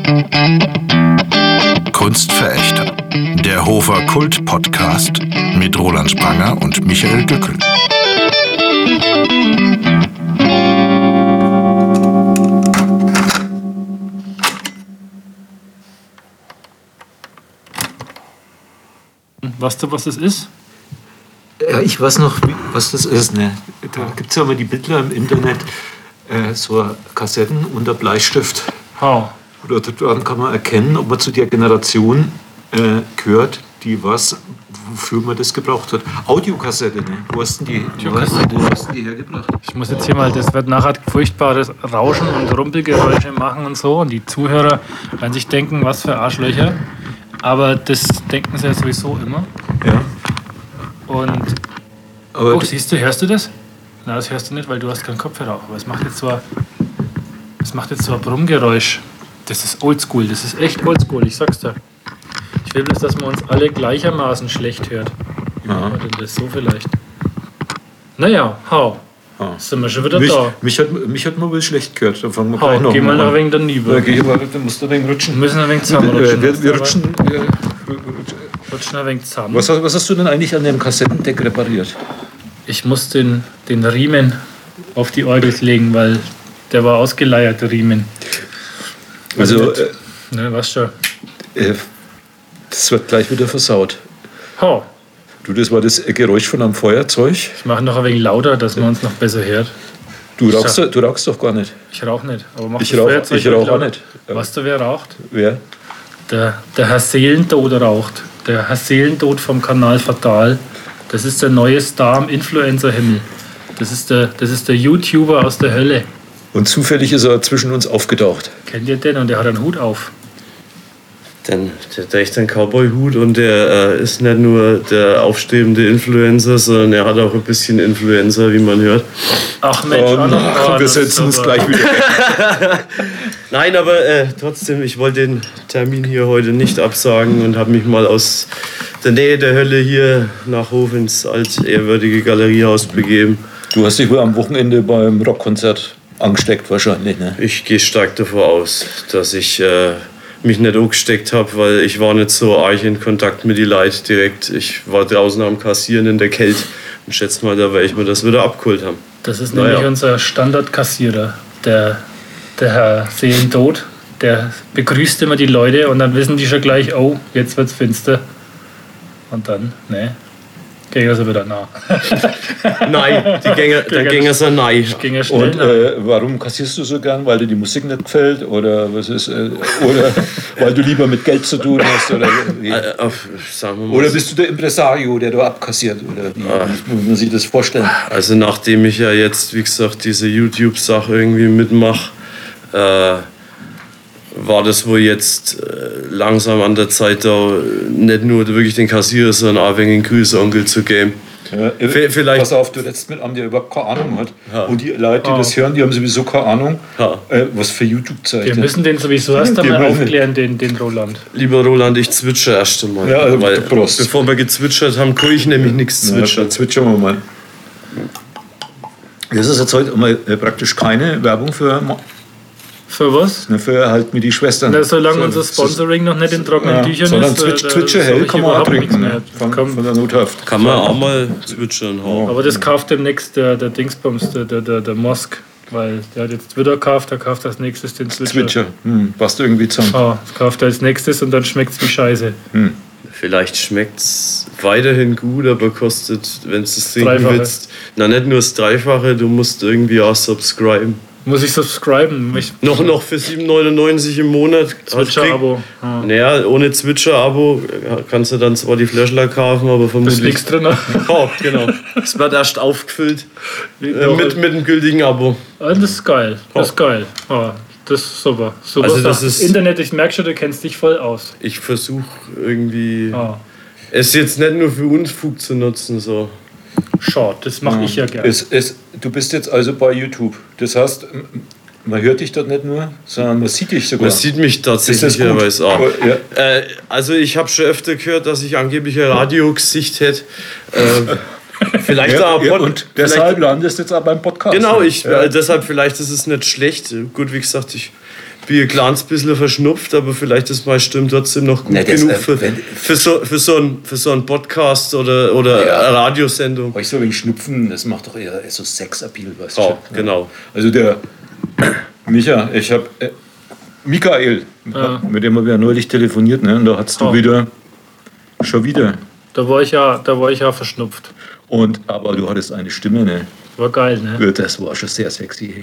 Kunstverächter. Der Hofer Kult-Podcast mit Roland Spranger und Michael Gückel. Weißt du, was das ist? Ja, ich weiß noch, was das ist. Ne? Da gibt es ja immer die Bilder im Internet, so Kassetten unter Bleistift. Oder daran kann man erkennen, ob man zu der Generation gehört, die wofür man das gebraucht hat. Audiokassette, ne? Wo hast du die hergebracht? Ich muss jetzt hier mal, das wird nachher furchtbares Rauschen und Rumpelgeräusche machen und so. Und die Zuhörer werden sich denken, was für Arschlöcher. Aber das denken sie ja sowieso immer. Ja. Und siehst du, hörst du das? Nein, das hörst du nicht, weil du hast keinen Kopfhörer auf. Aber es macht jetzt so ein Brummgeräusch. Das ist oldschool, das ist echt oldschool, ich sag's dir. Ich will bloß, dass man uns alle gleichermaßen schlecht hört. Wie machen wir denn das so vielleicht? Naja, sind wir schon wieder da. Mich hat man wohl schlecht gehört. Da fangen wir gleich noch an. Geh mal noch ein wenig daneben. Ja, geh mal, da musst du ein wenig rutschen. Wir müssen ein wenig zusammenrutschen. Wir rutschen ein wenig zusammen. Was hast du denn eigentlich an dem Kassettendeck repariert? Ich muss den Riemen auf die Orgel legen, weil der war ausgeleiert, der Riemen. Also, ne, was schon. Das wird gleich wieder versaut. Du, das war das Geräusch von einem Feuerzeug. Ich mache noch ein wenig lauter, dass man uns noch besser hört. Du rauchst doch gar nicht. Ich rauche nicht. Aber mach ich rauche auch nicht. Weißt du, wer raucht? Wer? Der Herr Seelentod raucht. Der Herr Seelentod vom Kanal Fatal. Das ist der neue Star am Influencer-Himmel. Das ist der YouTuber aus der Hölle. Und zufällig ist er zwischen uns aufgetaucht. Kennt ihr den? Und der hat einen Hut auf. Der trägt einen Cowboy-Hut und der ist nicht nur der aufstrebende Influencer, sondern er hat auch ein bisschen Influencer, wie man hört. Ach Mensch, wir setzen uns gleich wieder. Nein, aber trotzdem, ich wollte den Termin hier heute nicht absagen und habe mich mal aus der Nähe der Hölle hier nach Hof ins altehrwürdige Galeriehaus begeben. Du hast dich wohl am Wochenende beim Rockkonzert angesteckt wahrscheinlich, ne? Ich gehe stark davor aus, dass ich mich nicht angesteckt habe, weil ich war nicht so arg in Kontakt mit den Leuten direkt. Ich war draußen am Kassieren in der Kälte und schätze mal, da werde ich mir das wieder abgeholt haben. Das ist nämlich unser Standardkassierer, der Herr Seelentod. Der begrüßt immer die Leute und dann wissen die schon gleich, oh, jetzt wird's finster. Und dann, ne, gehen sie wieder nah. Nein, dann gingen sie nein. Und warum kassierst du so gern? Weil dir die Musik nicht gefällt? Oder was ist? Oder weil du lieber mit Geld zu tun hast? Oder, sagen wir mal oder bist du der Impresario, der da abkassiert? Oder wie muss man sich das vorstellen? Also nachdem ich ja jetzt, wie gesagt, diese YouTube-Sache irgendwie mitmache, war das wohl jetzt langsam an der Zeit, da nicht nur wirklich den Kassierer, sondern auch wegen den Grüßonkel zu geben. Ja, vielleicht. Pass auf, du redest mit einem, der überhaupt keine Ahnung hat. Ja. Und die Leute, die das hören, die haben sowieso keine Ahnung, was für YouTube zeigt. Wir müssen den sowieso erst einmal aufklären, den Roland. Lieber Roland, ich zwitscher erst einmal. Ja, also weil Prost. Bevor wir gezwitschert haben, kann ich nämlich nichts zwitschern. Ja, zwitschern wir mal. Das ist jetzt heute mal praktisch keine Werbung für was? Für halt mit die Schwestern. Na, solange unser Sponsoring noch nicht in trockenen Tüchern sondern ist. Zwitscher hell kann man auch trinken. Von der Nothaft. Kann man auch mal zwitschern. Aber das kauft demnächst der Dingsbums, der Mosk. Weil der hat jetzt Twitter gekauft, der kauft als nächstes den Zwitscher. Passt irgendwie zusammen. Das kauft er als nächstes und dann schmeckt es wie Scheiße. Vielleicht schmeckt es weiterhin gut, aber kostet, wenn es das trinken willst, nicht nur das Dreifache, du musst irgendwie auch subscriben. Muss ich subscriben? Noch für 7,99 im Monat. Zwitscher-Abo. Naja, ohne Zwitscher-Abo kannst du dann zwar die Fläschler kaufen, aber vermutlich... Da ist nichts drin. Genau. Es wird erst aufgefüllt mit dem gültigen Abo. Das ist geil. Das ist geil. Das ist super. Also das ist Internet, ich merke schon, du kennst dich voll aus. Ich versuche irgendwie... Es jetzt nicht nur für Unfug zu nutzen, so. Schade, das mache ich ja gerne. Du bist jetzt also bei YouTube. Das heißt, man hört dich dort nicht nur, sondern man sieht dich sogar. Man sieht mich tatsächlich auch. Ja. Also ich habe schon öfter gehört, dass ich angeblich ein Radiogesicht hätte. Vielleicht und deshalb landest du jetzt auch beim Podcast. Genau, deshalb vielleicht ist es nicht schlecht. Gut, wie gesagt, ich bin ein kleines bisschen verschnupft, aber vielleicht ist meine Stimme trotzdem noch gut genug für so einen Podcast oder eine Radiosendung. Euch so wegen Schnupfen, das macht doch eher so Sexappeal, weißt du? Ja, genau. Also der Michael, mit dem haben wir ja neulich telefoniert, ne? Und da hast du schon wieder. Da war ich ja verschnupft. Aber du hattest eine Stimme, ne? War geil, ne? Das war schon sehr sexy.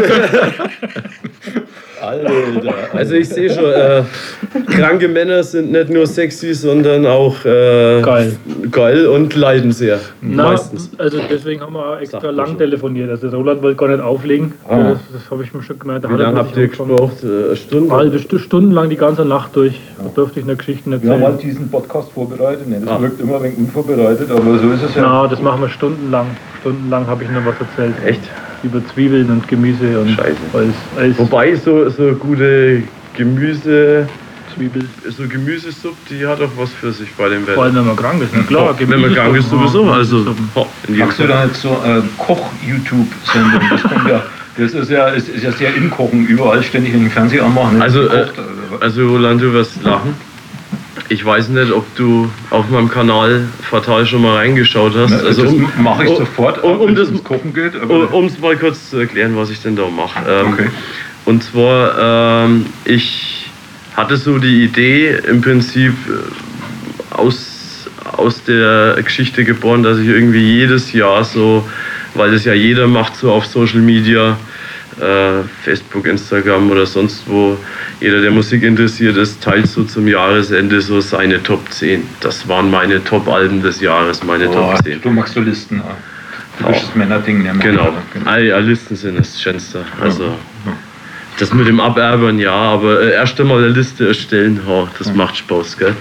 Alter. Also ich sehe schon, kranke Männer sind nicht nur sexy, sondern auch geil und leiden sehr. Meistens. Also deswegen haben wir auch extra lang telefoniert. Also Roland wollte gar nicht auflegen. Das habe ich mir schon gemerkt. Wie lange habt ihr gebraucht? Stunden? Stundenlang die ganze Nacht durch. Da durfte ich eine Geschichte erzählen. Wir haben halt diesen Podcast vorbereitet. Ne? Das wirkt immer ein wenig unvorbereitet, aber so ist es ja. Ja, das machen wir stundenlang. Stundenlang habe ich noch was erzählt. Echt? Über Zwiebeln und Gemüse und alles. Wobei so gute Gemüsesuppe, die hat auch was für sich bei dem Wetter. Vor allem, wenn man krank ist, na klar. Wenn man krank ist sowieso. Also, magst du da jetzt so Koch-YouTube-Sendung? Das ist ja sehr in Kochen, überall ständig in den Fernseher anmachen. Also Roland, du wirst lachen. Ich weiß nicht, ob du auf meinem Kanal Fatal schon mal reingeschaut hast. Also das mache ich sofort, wenn es ums Kochen geht. Um es mal kurz zu erklären, was ich denn da mache. Okay. Und zwar, ich hatte so die Idee, im Prinzip aus der Geschichte geboren, dass ich irgendwie jedes Jahr so, weil das ja jeder macht, so auf Social Media, Facebook, Instagram oder sonst wo, jeder, der Musik interessiert ist, teilt so zum Jahresende so seine Top 10. Das waren meine Top-Alben des Jahres, meine Top 10. Du magst so Listen. Typisches Männerding. Genau. Listen sind das Schönste. Also, das mit dem Aberbern, ja, aber erst einmal eine Liste erstellen, das macht Spaß, gell?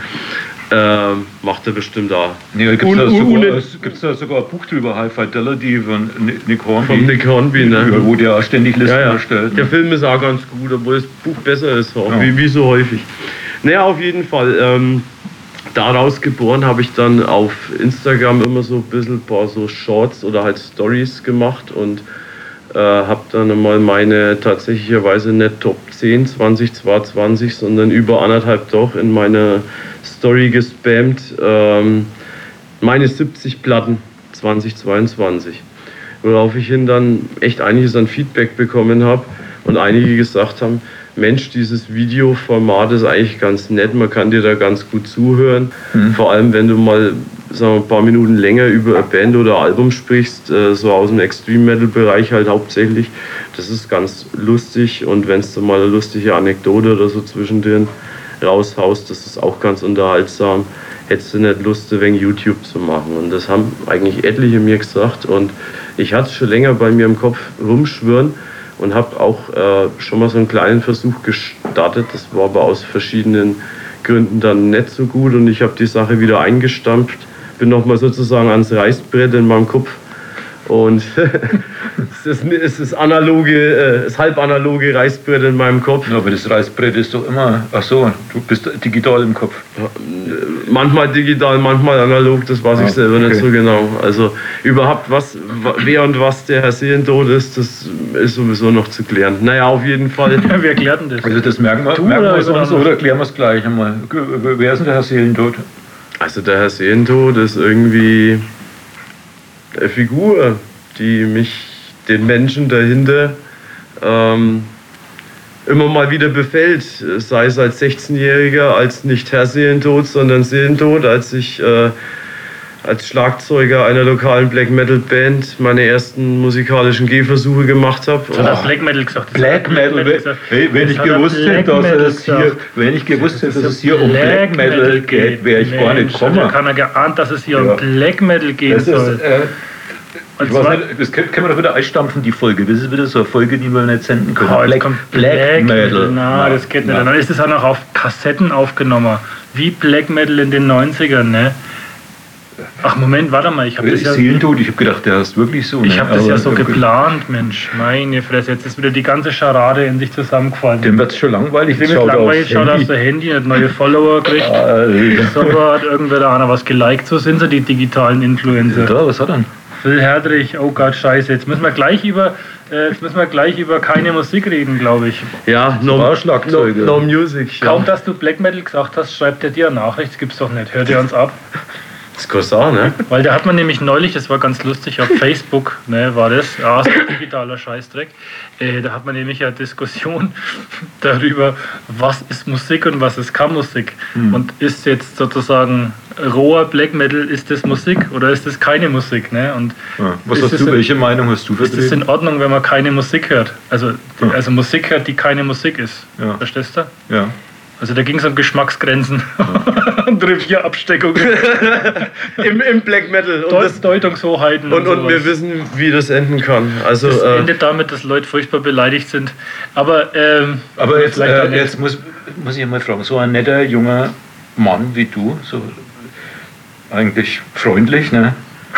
Macht er bestimmt auch. Nee, gibt es da sogar ein Buch drüber, High Fidelity von Nick Hornby? Von Nick Hornby, ne? Wo der ständig Listen erstellt. Der Film ist auch ganz gut, obwohl das Buch besser ist, wie so häufig. Naja, auf jeden Fall. Daraus geboren habe ich dann auf Instagram immer so ein bisschen ein paar so Shorts oder halt Stories gemacht und habe dann mal meine tatsächlicherweise nicht Top 10 2022, sondern über 1,5 doch in meine Story gespammt, meine 70 Platten 2022. Worauf ich hin dann echt einiges an Feedback bekommen habe und einige gesagt haben, Mensch, dieses Videoformat ist eigentlich ganz nett, man kann dir da ganz gut zuhören. Vor allem, wenn du mal ein paar Minuten länger über eine Band oder Album sprichst, so aus dem Extreme-Metal-Bereich halt hauptsächlich. Das ist ganz lustig und wenn du mal eine lustige Anekdote oder so zwischendrin raushaust, das ist auch ganz unterhaltsam. Hättest du nicht Lust, ein wenig YouTube zu machen? Und das haben eigentlich etliche mir gesagt und ich hatte es schon länger bei mir im Kopf rumschwirren und habe auch schon mal so einen kleinen Versuch gestartet. Das war aber aus verschiedenen Gründen dann nicht so gut und ich habe die Sache wieder eingestampft. Bin nochmal sozusagen ans Reißbrett in meinem Kopf und es ist das halb analoge Reißbrett in meinem Kopf. Ja, aber das Reißbrett ist doch immer, ach so, du bist digital im Kopf. Manchmal digital, manchmal analog, das weiß ich selber nicht so genau. Also überhaupt wer und was der Herr Seelentod ist, das ist sowieso noch zu klären. Naja, auf jeden Fall. Wir erklärten das. Also das merken wir sonst oder klären wir es gleich einmal. Wer ist denn der Herr Seelentod? Also der Herr Seelentod ist irgendwie eine Figur, die mich, den Menschen dahinter, immer mal wieder befällt. Sei es als 16-Jähriger, als nicht Herr Seelentod, sondern Seelentod, als ich als Schlagzeuger einer lokalen Black Metal Band meine ersten musikalischen Gehversuche gemacht habe. Du hast Black Metal gesagt. Black Metal. Hey, wenn ich gewusst hätte, dass es hier um Black Metal geht, wäre ich gar nicht gekommen. Ich habe keiner geahnt, dass es hier um Black Metal gehen soll. Ich weiß nicht, das können wir doch wieder einstampfen, die Folge. Das ist wieder so eine Folge, die wir nicht senden können. Black Metal. Nein, das geht nicht. Dann ist es auch noch auf Kassetten aufgenommen. Wie Black Metal in den 90ern, ne? Ach Moment, warte mal, ich habe das ja... Seelentod, ich habe gedacht, der ist wirklich so. Ich habe das ja so geplant, Mensch. Meine Fresse, jetzt ist wieder die ganze Scharade in sich zusammengefallen. Dem wird es schon langweilig. Dem wird langweilig, schaut auf sein Handy, hat neue Follower gekriegt. So hat irgendwer da einer was geliked, so sind sie, die digitalen Influencer. Ja, was hat er? Phil Herdrich, oh Gott, scheiße. Jetzt müssen wir gleich über keine Musik reden, glaube ich. Ja, no Music. Ja. Kaum, dass du Black Metal gesagt hast, schreibt er dir eine Nachricht. Das gibt's doch nicht. Hört ihr uns ab? Das kann sein, ne? Weil da hat man nämlich neulich, das war ganz lustig, auf Facebook, ne, war das, so digitaler Scheißdreck, da hat man nämlich eine Diskussion darüber, was ist Musik und was ist keine Musik. Und ist jetzt sozusagen roher Black Metal, ist das Musik oder ist das keine Musik? Ne? Und welche Meinung hast du vertreten? Ist es in Ordnung, wenn man keine Musik hört? Also Musik hört, die keine Musik ist. Ja. Verstehst du? Ja. Also da ging es um Geschmacksgrenzen und Revierabsteckungen. Im Black Metal. Und Deutungshoheiten. Und wir wissen, wie das enden kann. Also, das endet damit, dass Leute furchtbar beleidigt sind. Aber jetzt muss ich mal fragen, so ein netter junger Mann wie du, so eigentlich freundlich, ne?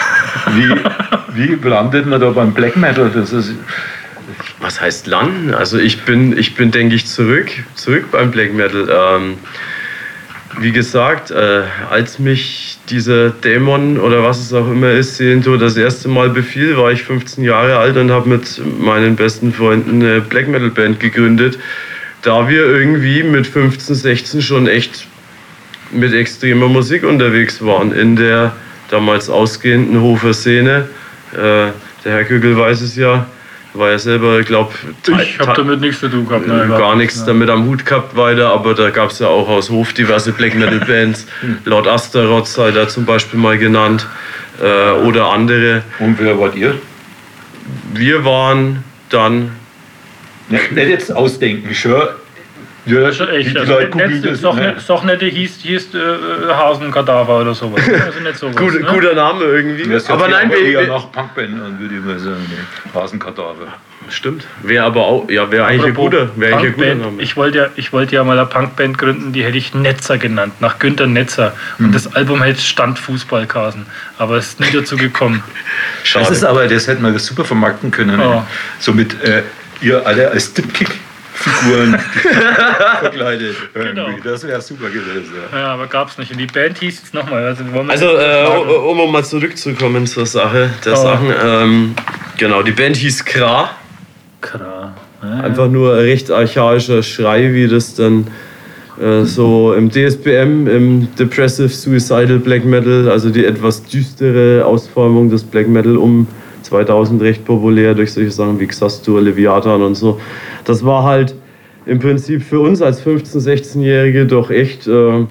Wie landet man da beim Black Metal? Das ist... Was heißt landen? Also ich bin denke ich, zurück beim Black Metal. Wie gesagt, als mich dieser Dämon oder was es auch immer ist, Seelentod das erste Mal befiel, war ich 15 Jahre alt und habe mit meinen besten Freunden eine Black Metal Band gegründet. Da wir irgendwie mit 15, 16 schon echt mit extremer Musik unterwegs waren in der damals ausgehenden Hofer Szene. Der Herr Kügel weiß es ja. War ja selber, ich glaube, ich habe damit nichts zu tun gehabt. Nein, gar nichts damit am Hut gehabt weiter, aber da gab es ja auch aus Hof diverse Black Metal Bands. Lord Astaroth sei da zum Beispiel mal genannt oder andere. Und wer wart ihr? Wir waren dann... Nicht jetzt ausdenken, schon. Ja, schon echt. Also sag nicht, hieß Hasenkadaver oder sowas. Also nicht sowas. Guter Name irgendwie. Aber nein, eher nach Punkband, würde ich mal sagen. Hasenkadaver. Stimmt. Wäre aber auch, wäre eigentlich ein guter Name. Ich wollte ja mal eine Punkband gründen, die hätte ich Netzer genannt, nach Günter Netzer. Und das Album hätte Standfußballkasen. Aber es ist nie dazu gekommen. Schade. Das hätten wir super vermarkten können. Oh. So mit ihr alle als Dipkick-Figuren verkleidet. Genau. Das wäre super gewesen. Ja, aber gab's nicht. Und die Band hieß jetzt nochmal. Um mal zurückzukommen zur Sache der Sachen. Genau, die Band hieß Kra. Ja. Einfach nur ein recht archaischer Schrei, wie das dann so im DSBM, im Depressive Suicidal Black Metal, also die etwas düstere Ausformung des Black Metal um 2000 recht populär durch solche Sachen wie Xastur, Leviathan und so. Das war halt im Prinzip für uns als 15-, 16-Jährige doch echt,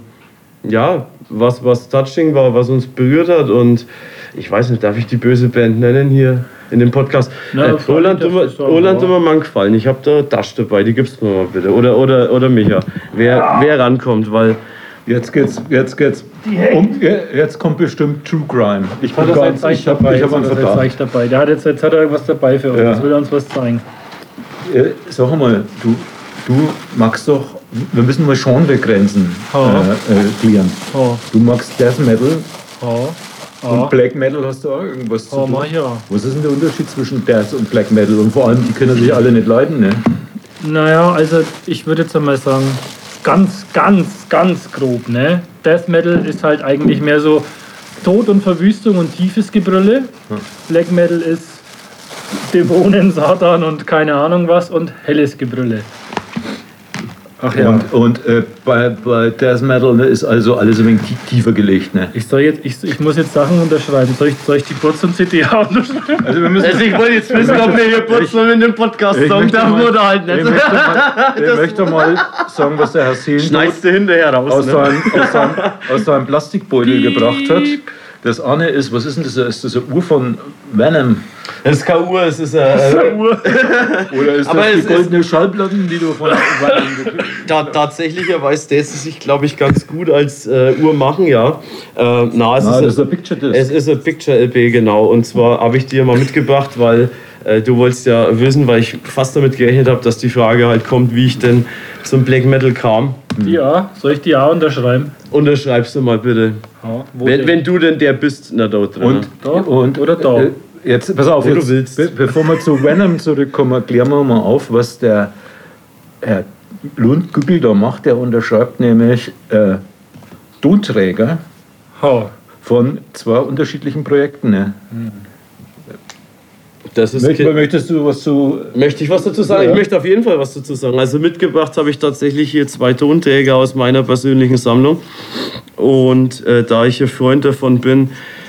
was touching war, was uns berührt hat. Und ich weiß nicht, darf ich die böse Band nennen hier in dem Podcast? Roland, tut mir mal gefallen. Ich habe da Dash dabei, die gibst du mir mal bitte. Oder Micha. Wer rankommt, weil... Jetzt kommt bestimmt True Crime. Ich habe einen Verdacht dabei. Der hat jetzt hat er irgendwas dabei für uns. Ja. Jetzt will er uns was zeigen. Sag mal, du magst doch, wir müssen mal Genregrenzen klären. Du magst Death Metal und Black Metal, hast du auch irgendwas zu tun? Ja. Was ist denn der Unterschied zwischen Death und Black Metal? Und vor allem, die können sich alle nicht leiden, ne? Naja, also ich würde jetzt einmal sagen, ganz grob, ne? Death Metal ist halt eigentlich mehr so Tod und Verwüstung und tiefes Gebrülle. Black Metal ist Dämonen, Satan und keine Ahnung was und helles Gebrülle. Ach ja. Und bei Death Metal ist also alles ein wenig tiefer gelegt, ne? Ich muss jetzt Sachen unterschreiben. Soll ich die Burzum-CD unterschreiben? Also ich wollte jetzt wissen, ob wir hier Burzum in dem Podcast sagen darf oder halt nicht. Ich möchte mal sagen, was der Herr Seelentod aus seinem Plastikbeutel gebracht hat. Das eine ist, was ist denn das? Ist das eine Uhr von Venom? Das ist keine Uhr, es ist eine Uhr. Oder ist das die goldene Schallplatten, die du von Venom tatsächlicherweise lässt es sich, glaube ich, ganz gut als Uhr machen, ja. Das ist ein Picture Disc. Es ist ein Picture LP, genau. Und zwar habe ich dir mal mitgebracht, weil du wolltest ja wissen, weil ich fast damit gerechnet habe, dass die Frage halt kommt, wie ich denn zum Black Metal kam. Ja, soll ich die auch unterschreiben? Unterschreibst du mal bitte. Ja, wenn du denn der bist, na da drin. Oder da. Jetzt, pass auf, bevor wir zu Venom zurückkommen, klären wir mal auf, was der Herr Lundgügel da macht. Der unterschreibt nämlich Tonträger von 2 unterschiedlichen Projekten. Ne? Das ist Möchtest du was zu... Möchte ich was dazu sagen? Ja. Ich möchte auf jeden Fall was dazu sagen. Also mitgebracht habe ich tatsächlich hier 2 Tonträger aus meiner persönlichen Sammlung. Und da ich hier Freund davon bin,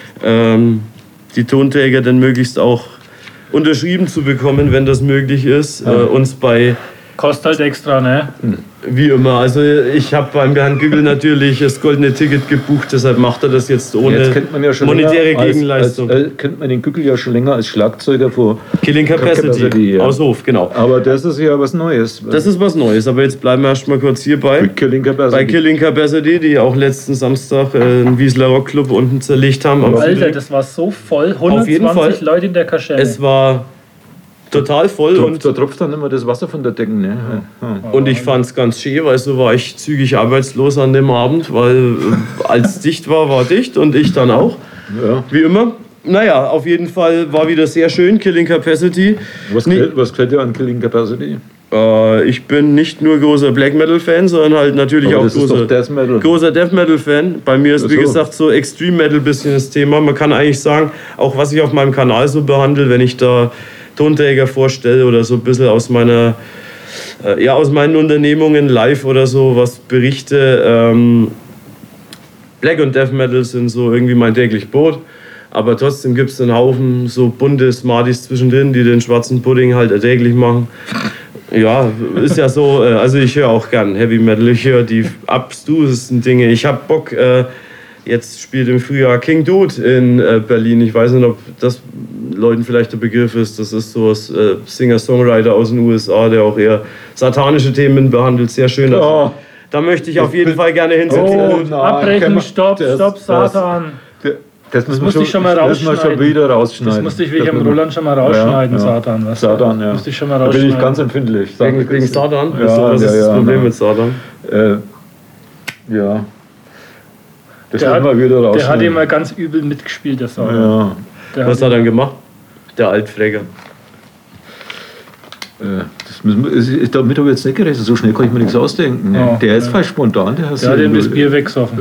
die Tonträger dann möglichst auch unterschrieben zu bekommen, wenn das möglich ist, uns bei... Kostet halt extra, ne? Wie immer. Also ich habe beim Herrn Gügel natürlich das goldene Ticket gebucht, deshalb macht er das jetzt ohne jetzt kennt man ja schon monetäre Gegenleistung. Kennt man den Gügel ja schon länger als Schlagzeuger vor Killing Capacity, aus Hof, genau. Aber das ist ja was Neues. Das ist was Neues, aber jetzt bleiben wir erstmal kurz hier bei Killing Capacity, die auch letzten Samstag einen Wiesler Rockclub unten zerlegt haben. Alter, das war so voll, 120 Leute in der Kaschemme. Es war total voll. Da tropft dann immer das Wasser von der Decke. Ne? Ja. Und ich fand es ganz schön, weil so war ich zügig arbeitslos an dem Abend, weil als dicht war dicht und ich dann auch. Ja. Wie immer. Naja, auf jeden Fall war wieder sehr schön, Killing Capacity. Was gefällt dir an Killing Capacity? Ich bin nicht nur großer Black Metal Fan, sondern halt natürlich auch großer Death Metal Fan. Bei mir ist, wie gesagt, so Extreme Metal ein bisschen das Thema. Man kann eigentlich sagen, auch was ich auf meinem Kanal so behandle, wenn ich da Tonträger vorstelle oder so ein bisschen aus meinen Unternehmungen live oder so was berichte. Black und Death Metal sind so irgendwie mein täglich Brot, aber trotzdem gibt es einen Haufen so bunte Smarties zwischendrin, die den schwarzen Pudding halt erträglich machen. Ja, ist ja so, also ich höre auch gern Heavy Metal, ich höre die abstrusesten Dinge. Ich habe Bock, jetzt spielt im Frühjahr King Dude in Berlin. Ich weiß nicht, ob das Leuten vielleicht der Begriff ist. Das ist so ein Singer-Songwriter aus den USA, der auch eher satanische Themen behandelt. Sehr schön. Oh. Da möchte ich auf jeden Fall gerne hinsetzen. Abbrechen, stopp, Satan. Das musste ich schon mal rausschneiden. Das musste ich wegen dem Roland schon mal rausschneiden, Satan. Was Satan, ja. Musste ich schon mal rausschneiden. Da bin ich ganz empfindlich. Wegen Satan? Was ist das Problem mit Satan? Ja. Der hat immer ganz übel mitgespielt, der Satan. Ja. Was hat er dann gemacht? Der Altfleger. Damit habe ich jetzt nicht gerechnet. So schnell kann ich mir nichts ausdenken. Ja, der ist fast spontan. Der hat ihm das Bier weggesoffen.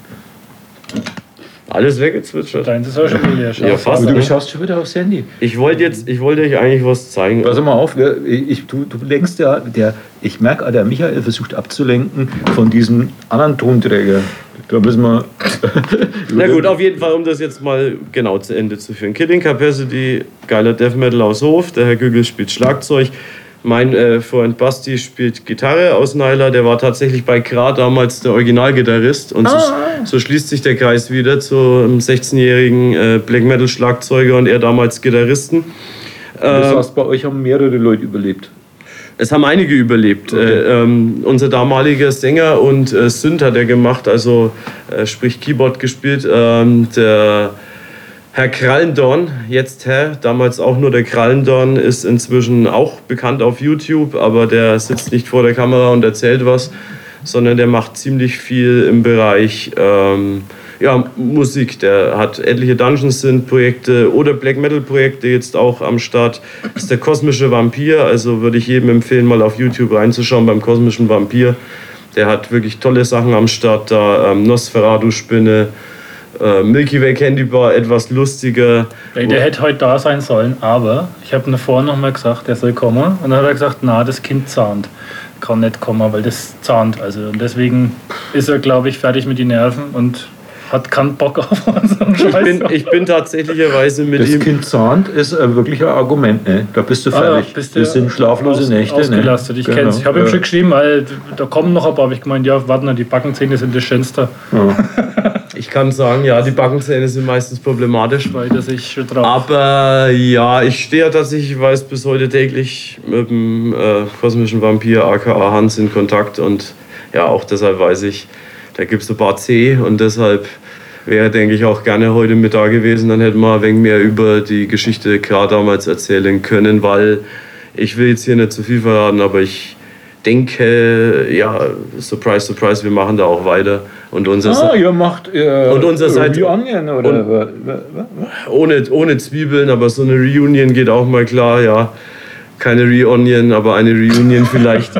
Alles weggezwitschert. Deins ist auch schon leer. Ja, fast. Aber du schaust schon wieder aufs Handy. Ich wollte euch eigentlich was zeigen. Pass mal auf, du lenkst ich merke, der Michael versucht abzulenken von diesem anderen Tonträger. Da müssen wir... Na gut, auf jeden Fall, um das jetzt mal genau zu Ende zu führen. Killing Capacity, geiler Death Metal aus Hof. Der Herr Gügel spielt Schlagzeug. Mein Freund Basti spielt Gitarre aus Naila. Der war tatsächlich bei Kra damals der Originalgitarrist. Und so schließt sich der Kreis wieder zum 16-jährigen Black Metal Schlagzeuger und er damals Gitarristen. Das heißt, bei euch haben mehrere Leute überlebt? Es haben einige überlebt. Okay. Unser damaliger Sänger und Synth hat er gemacht, also sprich Keyboard gespielt. Der Herr Krallendorn, jetzt Herr, damals auch nur der Krallendorn, ist inzwischen auch bekannt auf YouTube, aber der sitzt nicht vor der Kamera und erzählt was, sondern der macht ziemlich viel im Bereich Musik. Der hat etliche Dungeons-Synth-Projekte oder Black-Metal-Projekte jetzt auch am Start. Das ist der Kosmische Vampir, also würde ich jedem empfehlen, mal auf YouTube reinzuschauen beim Kosmischen Vampir. Der hat wirklich tolle Sachen am Start da, Nosferatu-Spinne, Milky Way Candy Bar, etwas lustiger. Der hätte heute da sein sollen, aber ich habe ihm vorhin noch mal gesagt, der soll kommen. Und dann hat er gesagt, na, das Kind zahnt. Kann nicht kommen, weil das zahnt. Also, und deswegen ist er, glaube ich, fertig mit den Nerven und hat keinen Bock auf unseren Scheiß. Ich bin tatsächlicherweise mit ihm... Das Kind zahnt ist wirklich ein Argument, ne? Da bist du fertig. Das sind schlaflose Nächte. Ausgelastet. Ne? Ich kenn's. Ich habe ihm schon geschrieben, weil da kommen noch ein paar, habe ich gemeint, ja, warten, die Backenzähne sind das Schönste. Ja. Ich kann sagen, ja, die Backenzähne sind meistens problematisch. Weil das ich schon drauf. Aber ja, ich stehe ja tatsächlich, ich weiß, bis heute täglich mit dem Kosmischen Vampir, aka Hans, in Kontakt. Und ja, auch deshalb weiß ich, da gibt es ein paar C und deshalb wäre, denke ich, auch gerne heute mit da gewesen. Dann hätten wir ein wenig mehr über die Geschichte gerade damals erzählen können, weil ich will jetzt hier nicht zu viel verraten, aber ich denke, ja, surprise, surprise, wir machen da auch weiter. Und ihr macht und unser Seite Reunion oder ohne Zwiebeln, aber so eine Reunion geht auch mal klar, ja. Keine Reunion, aber eine Reunion vielleicht.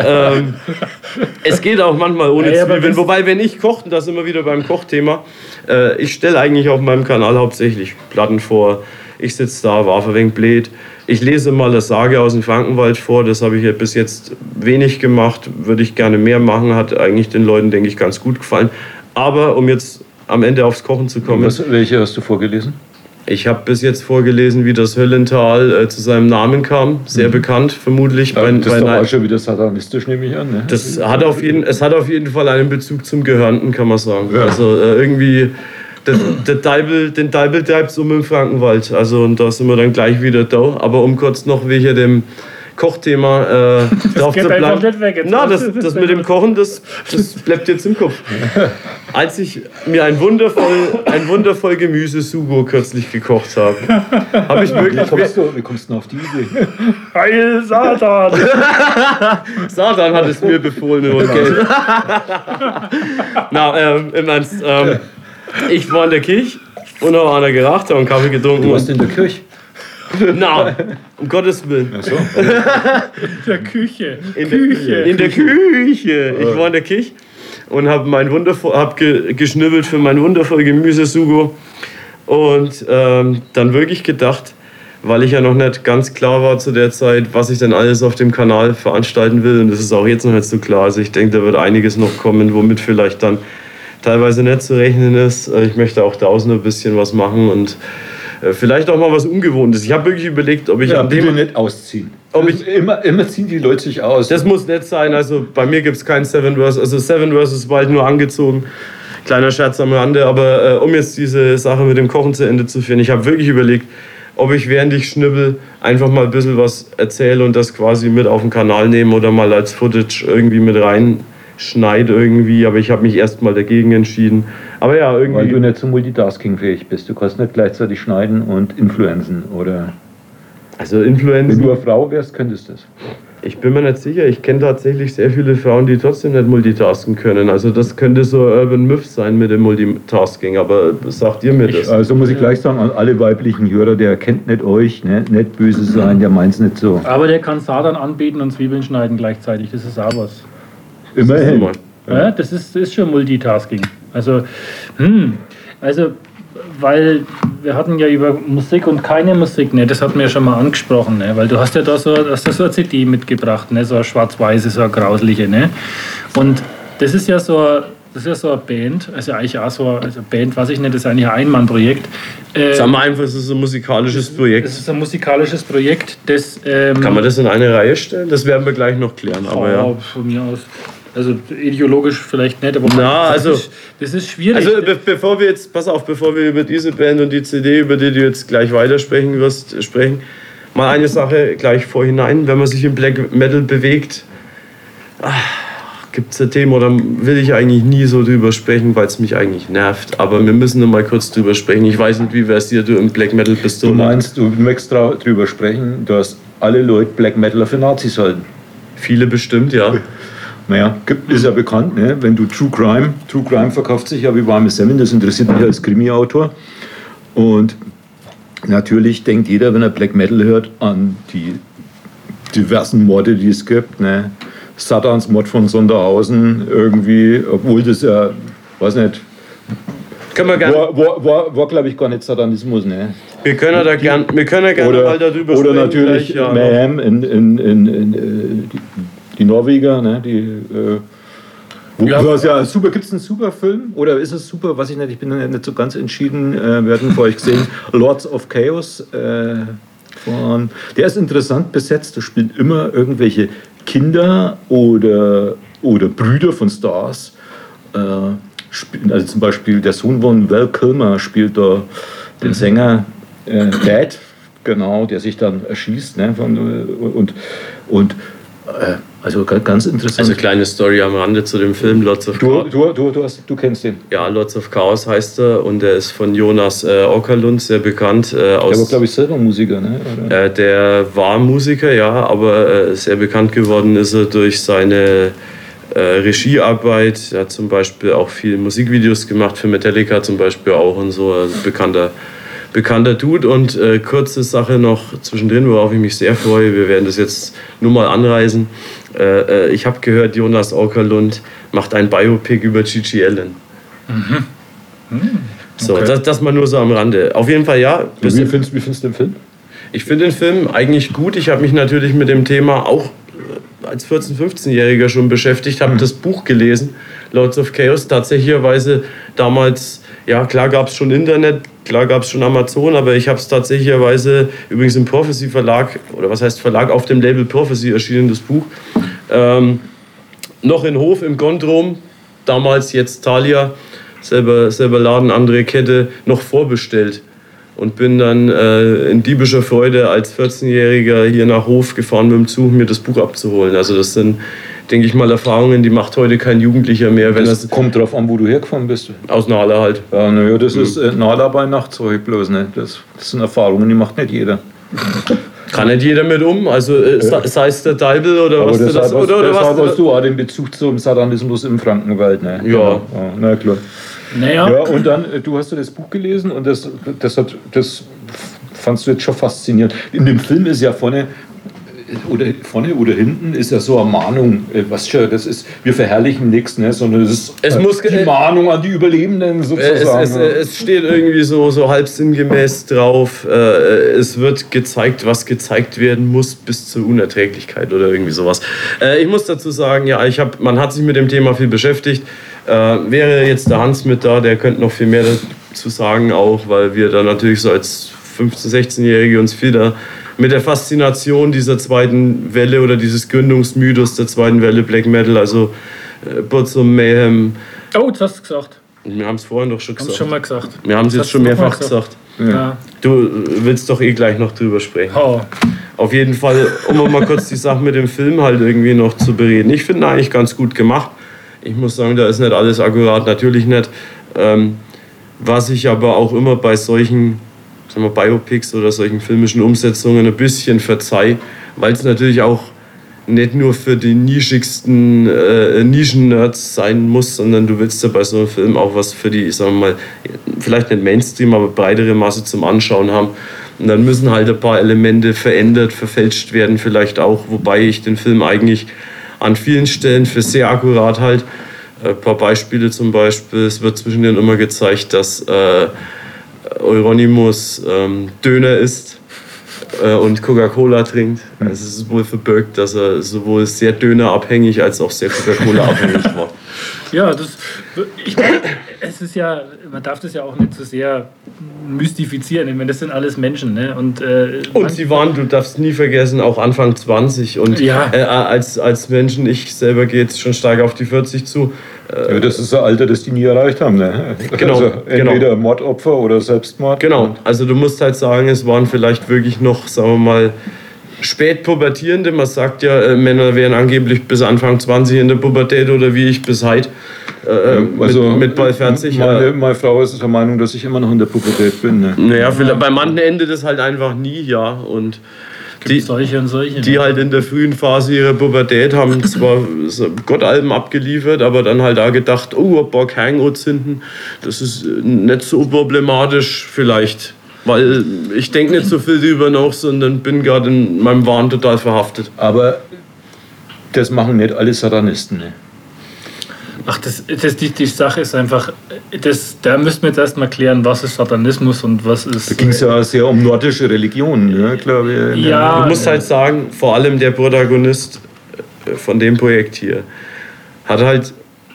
Es geht auch manchmal ohne Zwiebeln. Wobei, wenn ich koche, und da sind wir wieder beim Kochthema, ich stelle eigentlich auf meinem Kanal hauptsächlich Platten vor, Ich sitze da, war ein wenig blöd. Ich lese mal eine Sage aus dem Frankenwald vor, das habe ich ja bis jetzt wenig gemacht, würde ich gerne mehr machen, hat eigentlich den Leuten, denke ich, ganz gut gefallen. Aber um jetzt am Ende aufs Kochen zu kommen. Welche hast du vorgelesen? Ich habe bis jetzt vorgelesen, wie das Höllental zu seinem Namen kam. Sehr bekannt, vermutlich. Das ist doch auch schon wieder satanistisch, nehme ich an. Ne? Es hat auf jeden Fall einen Bezug zum Gehörnten, kann man sagen. Ja. Also irgendwie, den Deibel treibt es im Frankenwald. Also und da sind wir dann gleich wieder da. Aber um kurz noch wegen dem Kochthema drauf zu bleiben. Na, das mit dem Kochen, das bleibt jetzt im Kopf. Als ich mir ein wundervoll Gemüsesugo kürzlich gekocht habe, habe ich wirklich... Wie kommst du denn auf die Idee? Heil Satan! Satan hat es mir befohlen. Okay. Na, im Ernst. Ich war in der Kirche und habe einer geraucht und Kaffee getrunken. Du warst in der Kirche? Na, um Gottes Willen. Ach so. In der Küche. In der Küche. Ich war in der Küche und habe geschnibbelt für mein wundervoll Gemüsesugo. Und dann wirklich gedacht, weil ich ja noch nicht ganz klar war zu der Zeit, was ich denn alles auf dem Kanal veranstalten will. Und das ist auch jetzt noch nicht so klar. Also ich denke, da wird einiges noch kommen, womit vielleicht dann teilweise nicht zu rechnen ist. Ich möchte auch draußen ein bisschen was machen und vielleicht auch mal was Ungewohntes. Ich habe wirklich überlegt, ob ich an dem nicht ausziehen. Immer ziehen die Leute sich aus. Das muss nicht sein. Also bei mir gibt es kein Seven vs. Also Seven vs. Wild nur angezogen. Kleiner Scherz am Rande. Aber um jetzt diese Sache mit dem Kochen zu Ende zu führen, ich habe wirklich überlegt, ob ich während ich schnibbel einfach mal ein bisschen was erzähle und das quasi mit auf den Kanal nehme oder mal als Footage irgendwie mit reinschneide irgendwie. Aber ich habe mich erst mal dagegen entschieden. Aber ja, irgendwie. Weil du nicht so multitaskingfähig bist. Du kannst nicht gleichzeitig schneiden und influenzen, oder? Also influenzen. Wenn du eine Frau wärst, könntest du das. Ich bin mir nicht sicher. Ich kenne tatsächlich sehr viele Frauen, die trotzdem nicht multitasken können. Also das könnte so ein Urban Myth sein mit dem Multitasking. Aber sagt ihr mir das? Also muss ich gleich sagen, an alle weiblichen Hörer, der kennt nicht euch, ne? Nicht böse sein, der meint es nicht so. Aber der kann Satan anbeten und Zwiebeln schneiden gleichzeitig. Das ist auch was. Immerhin. Ja, das ist schon Multitasking. Also, weil wir hatten ja über Musik und keine Musik, ne, das hatten wir ja schon mal angesprochen, ne, weil du hast ja da so eine CD mitgebracht, ne, so eine schwarz-weiße, so eine grausliche, ne, und das ist ja so eine Band, also eigentlich auch so eine Band, weiß ich nicht, das ist eigentlich ein Einmannprojekt. Sagen wir einfach, es ist ein musikalisches Projekt. Es ist ein musikalisches Projekt, das... Kann man das in eine Reihe stellen? Das werden wir gleich noch klären, aber ja. Von mir aus. Also ideologisch vielleicht nicht, aber das ist schwierig. Also bevor wir über diese Band und die CD, über die du jetzt gleich weitersprechen wirst, sprechen, mal eine Sache gleich vorhinein. Wenn man sich im Black Metal bewegt, gibt es ein Thema, oder will ich eigentlich nie so drüber sprechen, weil es mich eigentlich nervt. Aber wir müssen nur mal kurz drüber sprechen. Ich weiß nicht, wie versiert du im Black Metal bist. Du meinst, du möchtest drüber sprechen, dass alle Leute Black Metaler für Nazis halten? Viele bestimmt, ja. Naja, ist ja bekannt, ne? Wenn du True Crime verkauft sich ja wie warme Semmeln, das interessiert mich als Krimi-Autor. Und natürlich denkt jeder, wenn er Black Metal hört, an die diversen Morde, die es gibt, ne? Satans Mord von Sonderhausen irgendwie, obwohl das ja, weiß nicht, war glaube ich gar nicht Satanismus, ne? Wir können ja gerne mal darüber sprechen. Oder natürlich Mayhem in die Norweger, ne, was ja super, gibt es einen super Film? Oder ist es super? Weiß ich nicht, ich bin nicht so ganz entschieden. Wir hatten vor euch gesehen, Lords of Chaos. Der ist interessant besetzt, da spielen immer irgendwelche Kinder oder Brüder von Stars. Also zum Beispiel der Sohn von Val Kilmer spielt da den Sänger Dad, genau, der sich dann erschießt. Ne, also ganz interessant. Also kleine Story am Rande zu dem Film Lords of Chaos. Du kennst den? Ja, Lords of Chaos heißt er und der ist von Jonas Åkerlund, sehr bekannt. Der war, glaube ich, selber Musiker, ne? Oder? Der war Musiker, ja, aber sehr bekannt geworden ist er durch seine Regiearbeit. Er hat zum Beispiel auch viele Musikvideos gemacht, für Metallica zum Beispiel auch und so, also bekannter Dude. Und kurze Sache noch zwischendrin, worauf ich mich sehr freue, wir werden das jetzt nur mal anreißen. Ich habe gehört, Jonas Åkerlund macht ein Biopic über Gigi Allen. So, Okay. das mal nur so am Rande. Auf jeden Fall, ja. Wie findest du den Film? Ich finde den Film eigentlich gut. Ich habe mich natürlich mit dem Thema auch als 14-, 15-Jähriger schon beschäftigt, habe das Buch gelesen, Lords of Chaos, tatsächlicherweise damals, ja klar gab es schon Internet, klar gab es schon Amazon, aber ich habe es tatsächlicherweise übrigens im Prophecy Verlag, oder was heißt Verlag, auf dem Label Prophecy erschienen, das Buch, noch in Hof im Gondrom, damals jetzt Thalia, selber Laden, andere Kette, noch vorbestellt. Und bin dann in diebischer Freude als 14-Jähriger hier nach Hof gefahren mit dem Zug, mir das Buch abzuholen. Also das sind, denke ich mal, Erfahrungen, die macht heute kein Jugendlicher mehr. Wenn Das kommt drauf an, wo du hergefahren bist. Aus Nala halt. Ja, naja, das ist Nala bei Nachtzeug bloß. Ne? Das sind Erfahrungen, die macht nicht jeder. Kann nicht jeder mit also sei es der Deibel oder Aber was deshalb, das oder deshalb was. hast du auch den Bezug zum Satanismus im Frankenwald. Ne? Ja. Genau. Na klar. Naja, Ja, und dann, du hast ja das Buch gelesen und das fandst du jetzt schon faszinierend. In dem Film ist ja vorne oder hinten ist ja so eine Mahnung, was schon, das ist, wir verherrlichen nichts, ne, sondern es ist die Mahnung an die Überlebenden sozusagen. Es steht irgendwie so halb sinngemäß drauf, es wird gezeigt, was gezeigt werden muss, bis zur Unerträglichkeit oder irgendwie sowas. Ich muss dazu sagen, ja, man hat sich mit dem Thema viel beschäftigt. Wäre jetzt der Hans mit da, der könnte noch viel mehr dazu sagen, auch weil wir da natürlich so als 15-, 16-Jährige uns viel da mit der Faszination dieser zweiten Welle oder dieses Gründungsmythos der zweiten Welle Black Metal, also Burzum, Mayhem. oh, das hast du gesagt. Wir haben es vorhin doch schon Haben gesagt. es schon mal gesagt. Wir haben es jetzt schon mehrfach gesagt. Ja. Du willst doch gleich noch drüber sprechen. Oh. Auf jeden Fall, um mal kurz die Sache mit dem Film halt irgendwie noch zu bereden. Ich finde ihn eigentlich ganz gut gemacht. Ich muss sagen, da ist nicht alles akkurat, natürlich nicht. Was ich aber auch immer bei solchen, sagen wir, Biopics oder solchen filmischen Umsetzungen ein bisschen verzeih, weil es natürlich auch nicht nur für die nischigsten Nischen-Nerds sein muss, sondern du willst ja bei so einem Film auch was für die, sagen wir mal, vielleicht nicht Mainstream, aber breitere Masse zum Anschauen haben. Und dann müssen halt ein paar Elemente verändert, verfälscht werden vielleicht auch, wobei ich den Film eigentlich an vielen Stellen für sehr akkurat halt. Ein paar Beispiele zum Beispiel, es wird zwischendurch immer gezeigt, dass Euronymous Döner isst und Coca-Cola trinkt. Also es ist wohl verbirgt, dass er sowohl sehr dönerabhängig als auch sehr Coca-Cola-abhängig war. Ja, ich meine, es ist ja, man darf das ja auch nicht so sehr mystifizieren. Ich meine, das sind alles Menschen. Ne? Und sie waren, du darfst nie vergessen, auch Anfang 20. Und ja. Als Menschen, ich selber gehe jetzt schon stark auf die 40 zu. Ja, das ist ein Alter, das die nie erreicht haben. Ne? Genau, also entweder Mordopfer oder Selbstmord. Genau, also du musst halt sagen, es waren vielleicht wirklich noch, sagen wir mal, Spätpubertierende. Man sagt ja, Männer wären angeblich bis Anfang 20 in der Pubertät oder wie ich bis heute. Mit bald 40. Meine Frau ist der Meinung, dass ich immer noch in der Pubertät bin. Ne? Naja, bei manchen endet es halt einfach nie, ja. Und solche und solche. Die halt in der frühen Phase ihrer Pubertät haben zwar Gottalben abgeliefert, aber dann halt auch gedacht, oh, ein paar Hangouts hinten, das ist nicht so problematisch vielleicht. Weil ich denke nicht so viel drüber nach, sondern bin gerade in meinem Wahn total verhaftet. Aber das machen nicht alle Satanisten, ne? Ach, die Sache ist einfach, da müssten wir jetzt erstmal klären, was ist Satanismus und was ist... Da ging es ja sehr um nordische Religionen, ne? Glaube ich. Ja, du musst halt sagen, vor allem der Protagonist von dem Projekt hier hat halt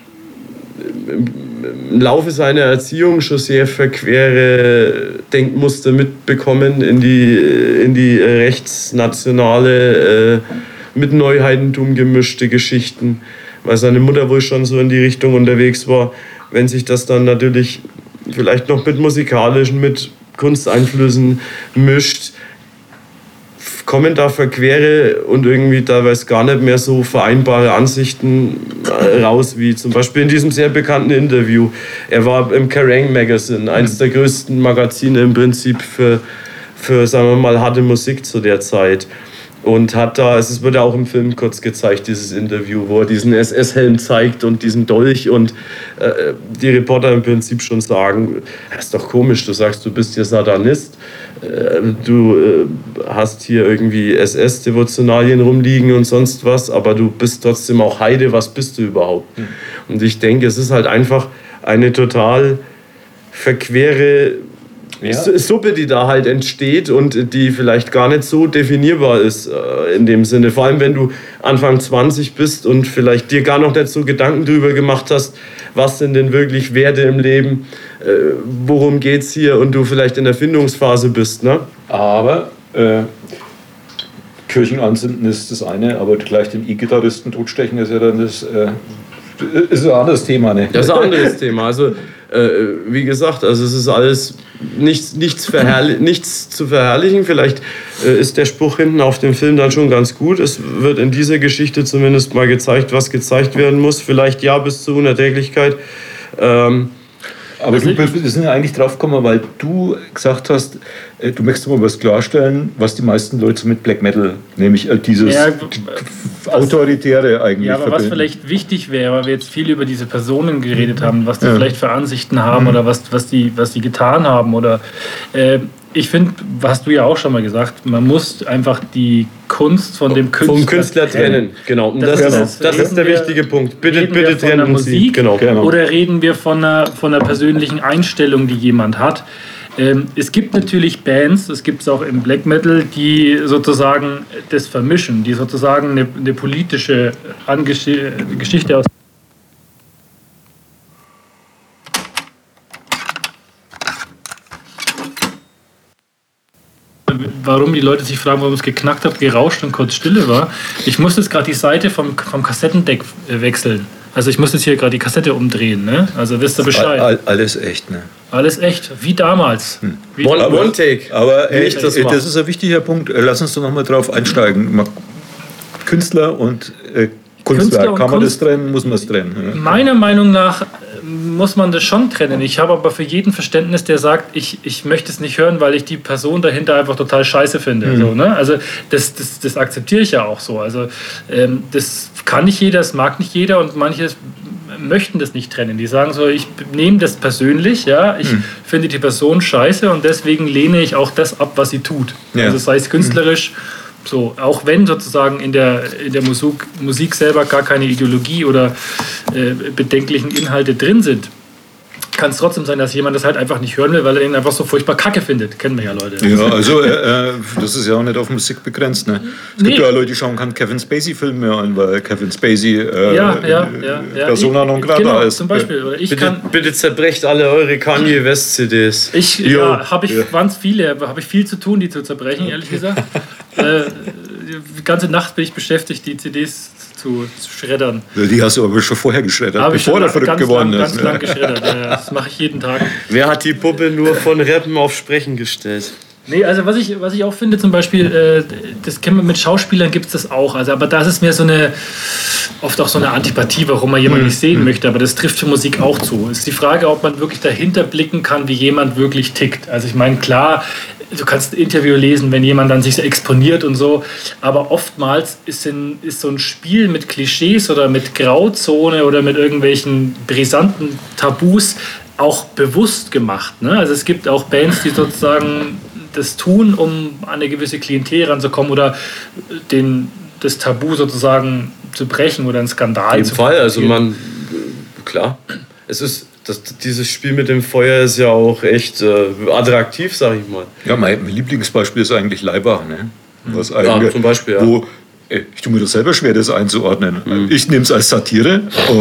im Laufe seiner Erziehung schon sehr verquere Denkmuster mitbekommen in die rechtsnationale, mit Neuheitentum gemischte Geschichten, weil seine Mutter wohl schon so in die Richtung unterwegs war. Wenn sich das dann natürlich vielleicht noch mit musikalischen, mit Kunsteinflüssen mischt, kommen da verquere und irgendwie teilweise gar nicht mehr so vereinbare Ansichten raus, wie zum Beispiel in diesem sehr bekannten Interview. Er war im Kerrang Magazine, eines der größten Magazine im Prinzip für sagen wir mal, harte Musik zu der Zeit. Und hat da, es wird ja auch im Film kurz gezeigt, dieses Interview, wo er diesen SS-Helm zeigt und diesen Dolch und die Reporter im Prinzip schon sagen, das ist doch komisch, du sagst, du bist hier Satanist, du hast hier irgendwie SS-Devotionalien rumliegen und sonst was, aber du bist trotzdem auch Heide, was bist du überhaupt? Und ich denke, es ist halt einfach eine total verquere Suppe, die da halt entsteht und die vielleicht gar nicht so definierbar ist in dem Sinne. Vor allem, wenn du Anfang 20 bist und vielleicht dir gar noch nicht so Gedanken drüber gemacht hast, was sind denn wirklich Werte im Leben, worum geht's hier und du vielleicht in der Findungsphase bist. Ne? Aber Kirchen anzünden ist das eine, aber gleich den E-Gitarristen totstechen ist ja dann das ist ein anderes Thema. Ne? Das ist ein anderes Thema. Also wie gesagt, also es ist alles nichts zu verherrlichen. Vielleicht ist der Spruch hinten auf dem Film dann schon ganz gut. Es wird in dieser Geschichte zumindest mal gezeigt, was gezeigt werden muss. Vielleicht ja bis zur Unerträglichkeit. Aber wir sind ja eigentlich drauf gekommen, weil du gesagt hast, du möchtest mal was klarstellen, was die meisten Leute so mit Black Metal, nämlich dieses Autoritäre eigentlich ja, aber verbinden. was vielleicht wichtig wäre, weil wir jetzt viel über diese Personen geredet haben, was die vielleicht für Ansichten haben oder was die getan haben. Oder ich finde, hast du ja auch schon mal gesagt, man muss einfach die Kunst von dem Künstler, vom Künstler trennen. Genau. Und das ist der wichtige Punkt. Bitte trennen Musik, Sie. Genau. Oder reden wir von einer persönlichen Einstellung, die jemand hat. Es gibt natürlich Bands, es gibt es auch im Black Metal, die sozusagen das vermischen, die sozusagen eine politische Geschichte aus. Warum die Leute sich fragen, warum es geknackt hat, gerauscht und kurz Stille war. Ich muss jetzt gerade die Seite vom Kassettendeck wechseln. Also ich muss jetzt hier gerade die Kassette umdrehen, ne? Also wisst ihr Bescheid. Alles echt, ne? Alles echt, wie damals. One Take. Aber echt, das ist ein wichtiger Punkt. Lass uns doch nochmal drauf einsteigen. Künstler und Kunstwerk. Kann man das trennen? Muss man es trennen? Ja. Meiner Meinung nach muss man das schon trennen. Ich habe aber für jeden Verständnis, der sagt, ich möchte es nicht hören, weil ich die Person dahinter einfach total scheiße finde. So, ne? Also das akzeptiere ich ja auch so. Also das kann nicht jeder, das mag nicht jeder und manche möchten das nicht trennen. Die sagen so, ich nehme das persönlich, ja, ich finde die Person scheiße und deswegen lehne ich auch das ab, was sie tut. Ja. Also sei es künstlerisch, so, auch wenn sozusagen in der Musik selber gar keine Ideologie oder bedenklichen Inhalte drin sind, kann es trotzdem sein, dass jemand das halt einfach nicht hören will, weil er ihn einfach so furchtbar kacke findet. Kennen wir ja Leute. Ja, also das ist ja auch nicht auf Musik begrenzt. Ne? Es gibt ja Leute, die schauen keinen Kevin Spacey-Film an, weil Kevin Spacey Persona non grata genau, ist. Zum Beispiel. Oder bitte zerbrecht alle eure Kanye West CDs. Habe ich viel zu tun, die zu zerbrechen, ehrlich gesagt. Die ganze Nacht bin ich beschäftigt, die CDs zu schreddern. Die hast du aber schon vorher geschreddert, bevor der verrückt geworden ist. Ganz lang geschreddert, das mache ich jeden Tag. Wer hat die Puppe nur von Rappen auf Sprechen gestellt? Nee, also was ich auch finde, zum Beispiel, das kennen wir mit Schauspielern, gibt es das auch. Also, aber das ist mir oft auch so eine Antipathie, warum man jemanden nicht sehen möchte. Aber das trifft für Musik auch zu. Es ist die Frage, ob man wirklich dahinter blicken kann, wie jemand wirklich tickt. Also ich meine, klar, du kannst ein Interview lesen, wenn jemand dann sich so exponiert und so. Aber oftmals ist so ein Spiel mit Klischees oder mit Grauzone oder mit irgendwelchen brisanten Tabus auch bewusst gemacht. Ne? Also es gibt auch Bands, die sozusagen das tun, um an eine gewisse Klientel ranzukommen oder das Tabu sozusagen zu brechen oder einen Skandal zu Fall, also klar, dieses Spiel mit dem Feuer ist ja auch echt attraktiv, sag ich mal. Ja, mein Lieblingsbeispiel ist eigentlich Leibach, ne? Was zum Beispiel, ja. Wo, ich tue mir das selber schwer, das einzuordnen. Ich nehme es als Satire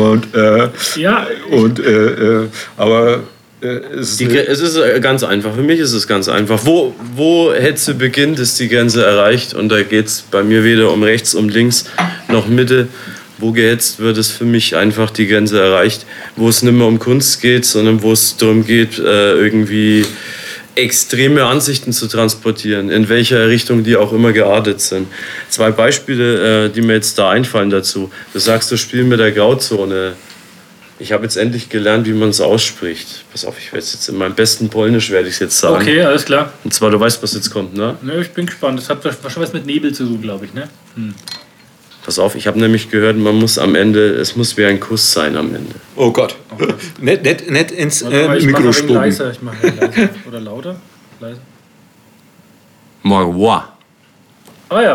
aber es ist ganz einfach. Für mich ist es ganz einfach. Wo Hetze beginnt, ist die Grenze erreicht. Und da geht es bei mir weder um rechts, um links, noch Mitte. Wo gehetzt wird, ist für mich einfach die Grenze erreicht. Wo es nicht mehr um Kunst geht, sondern wo es darum geht, irgendwie extreme Ansichten zu transportieren, in welcher Richtung die auch immer geartet sind. 2 Beispiele, die mir jetzt da einfallen dazu. Du sagst, du spielst mit der Grauzone. Ich habe jetzt endlich gelernt, wie man es ausspricht. Pass auf, ich werde es jetzt in meinem besten Polnisch werde ich es jetzt sagen. Okay, alles klar. Und zwar, du weißt, was jetzt kommt, ne? Ne, ich bin gespannt. Das hat wahrscheinlich was mit Nebel zu tun, glaube ich, ne? Pass auf, ich habe nämlich gehört, es muss wie ein Kuss sein am Ende. Oh Gott. Nicht ins Mikro spucken. Ich mache leiser. Oder lauter? Leiser. Morwa. Ah ja,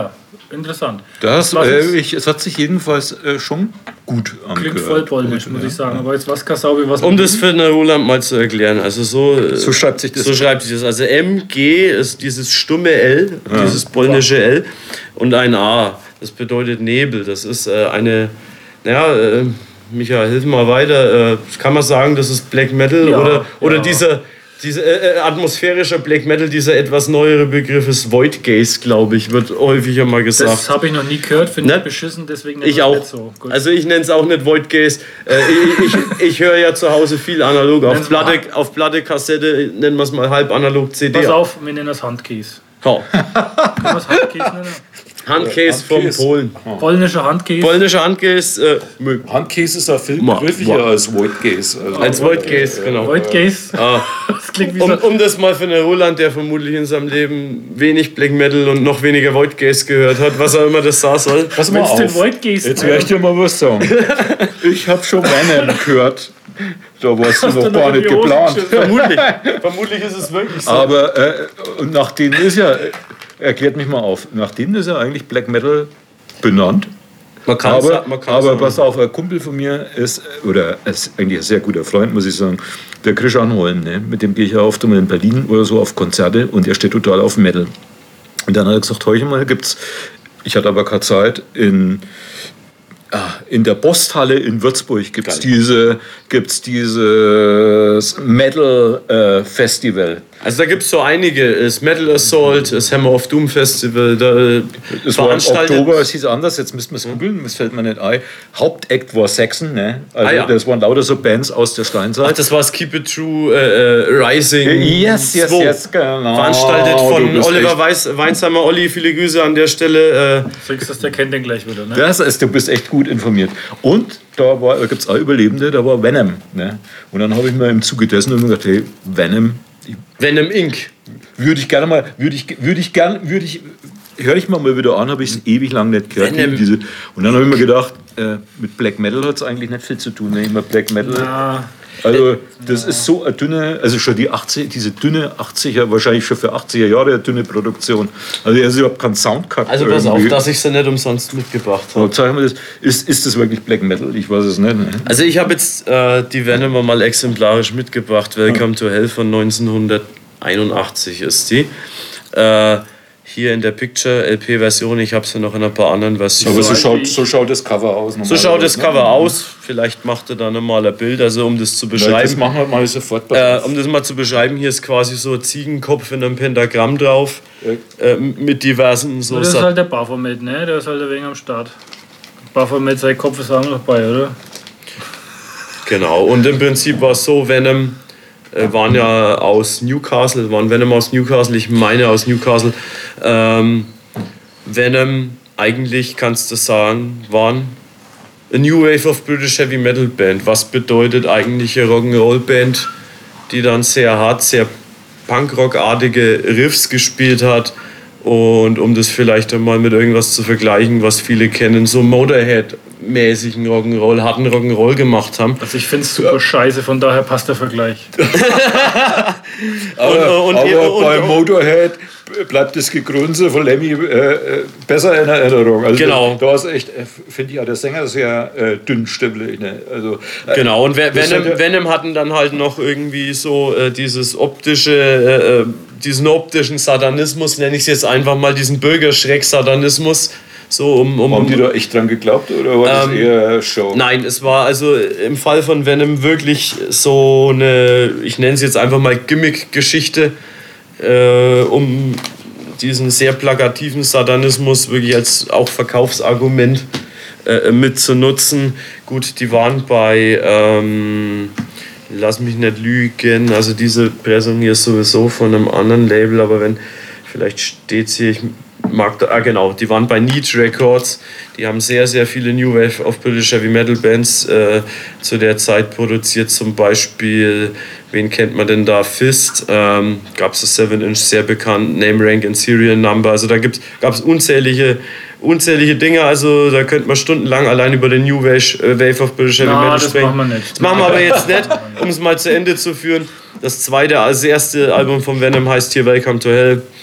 interessant. Es hat sich jedenfalls schon gut angehört. Klingt voll polnisch, muss ich sagen. Aber jetzt was Kasabi, was... Um das für den Roland mal zu erklären. Also so schreibt sich das. So schreibt sich das. Also MG ist dieses stumme L, dieses polnische L. Und ein A, das bedeutet Nebel. Das ist eine... Naja, Michael, hilf mal weiter. Kann man sagen, das ist Black Metal? Oder dieser atmosphärischer Black Metal, dieser etwas neuere Begriff ist Void Gaze, glaube ich, wird häufiger mal gesagt. Das habe ich noch nie gehört, finde ich beschissen, deswegen ich auch. Nicht so. Gut. Also ich nenne es auch nicht Void Gaze. Ich höre ja zu Hause viel analog. Auf Platte, Kassette nennen wir es mal halb analog CD. Pass auf, wir nennen das Handcase. Kann man es Handcase nennen? Handcase vom Polen. Polnischer Handcase. Polnischer Handcase. Handcase ist ja viel begrifflicher als Void Gaze. Also als Void Gaze, genau. Void Gaze. Das klingt wie um das mal für einen Roland, der vermutlich in seinem Leben wenig Black Metal und noch weniger Void Gaze gehört hat, was auch immer das da soll. Pass mal auf. Void Gaze jetzt werde ich dir mal was sagen. Ich habe schon Venom gehört. Da warst du noch gar nicht geplant. Vermutlich ist es wirklich so. Aber nach denen ist ja... Erklärt mich mal auf. Nach denen ist ja eigentlich Black Metal benannt. Aber pass auf, ein Kumpel von mir ist eigentlich ein sehr guter Freund, muss ich sagen, der Christian Holm. Ne? Mit dem gehe ich ja oft mal in Berlin oder so auf Konzerte und er steht total auf Metal. Und dann hat er gesagt, heute mal gibt's, ich hatte aber keine Zeit, in der Posthalle in Würzburg gibt es dieses Metal Festival. Also da gibt es so einige, das Metal Assault, das Hammer of Doom Festival, das war im Oktober, es hieß anders, jetzt müssten wir es googeln, das fällt mir nicht ein. Hauptakt war Saxon, ne? Also das waren lauter so Bands aus der Steinzeit. Ach, das war das Keep It True Rising. Yes, genau. Veranstaltet von Oliver Weinsheimer. Olli, viele Grüße an der Stelle. Der kennt den gleich wieder, ne? Du bist echt gut informiert. Und da gibt es auch Überlebende, da war Venom. Ne? Und dann habe ich mir im Zuge dessen immer gedacht, hey, Venom Inc. Würde ich, höre ich mal wieder an, habe ich es ewig lang nicht gehört. Und dann habe ich mir gedacht, mit Black Metal hat es eigentlich nicht viel zu tun. Ne? Immer Black Metal. Ja. Also das ist so eine dünne, also schon diese dünne 80er, wahrscheinlich schon für 80er Jahre eine dünne Produktion. Also er ist überhaupt kein Soundcut. Also pass auf, dass ich sie nicht umsonst mitgebracht habe. Sag mal, ist das wirklich Black Metal? Ich weiß es nicht. Ne? Also ich habe jetzt die Venom mal exemplarisch mitgebracht. Welcome to Hell von 1981 ist die. Hier in der Picture-LP-Version, ich habe sie noch in ein paar anderen Versionen. Aber so schaut das Cover aus. So schaut das Cover aus. Vielleicht macht er da nochmal ein Bild, also um das zu beschreiben. Das machen wir mal sofort. Um das mal zu beschreiben, hier ist quasi so ein Ziegenkopf in einem Pentagramm drauf, mit diversen... So das ist halt der Baphomet, ne? Der ist halt ein wenig am Start. Baphomet, sein Kopf ist auch noch dabei, oder? Genau, und im Prinzip war es so, Venom... waren ja aus Newcastle, waren Venom aus Newcastle, ich meine aus Newcastle. Venom, eigentlich kannst du sagen, waren a New Wave of British Heavy Metal Band. Was bedeutet eigentlich eine Rock'n'Roll-Band, die dann sehr hart, sehr Punkrock-artige Riffs gespielt hat. Und um das vielleicht einmal mit irgendwas zu vergleichen, was viele kennen, so Motorhead-mäßigen Rock'n'Roll, harten Rock'n'Roll gemacht haben. Also ich finde es super scheiße, von daher passt der Vergleich. aber bei Motorhead bleibt das Gegrunze von Lemmy besser in Erinnerung. Also genau. Da ist echt, finde ich, auch der Sänger sehr dünnstimmelig. Ne? Also, genau, und Venom hatten dann halt noch irgendwie so dieses optische, diesen optischen Satanismus, nenne ich es jetzt einfach mal, diesen Bürgerschreck-Satanismus. So, haben die da echt dran geglaubt oder war das eher Show? Nein, es war also im Fall von Venom wirklich so eine, ich nenne es jetzt einfach mal Gimmick-Geschichte, um diesen sehr plakativen Satanismus wirklich als auch Verkaufsargument mitzunutzen. Gut, die waren bei, lass mich nicht lügen, also diese Pressung hier ist sowieso von einem anderen Label, aber wenn, vielleicht steht es hier, ich mag da, genau, die waren bei Need Records, die haben sehr, sehr viele New Wave of British Heavy Metal Bands zu der Zeit produziert, zum Beispiel, wen kennt man denn da, Fist, gab es das 7-Inch, sehr bekannt, Name, Rank and Serial Number, also da gab es unzählige Dinge, also da könnte man stundenlang allein über den New Wave of British Heavy Metal sprechen. Machen wir nicht. Das machen wir aber jetzt nicht, um es mal zu Ende zu führen. Das erste Album von Venom heißt hier Welcome to Hell.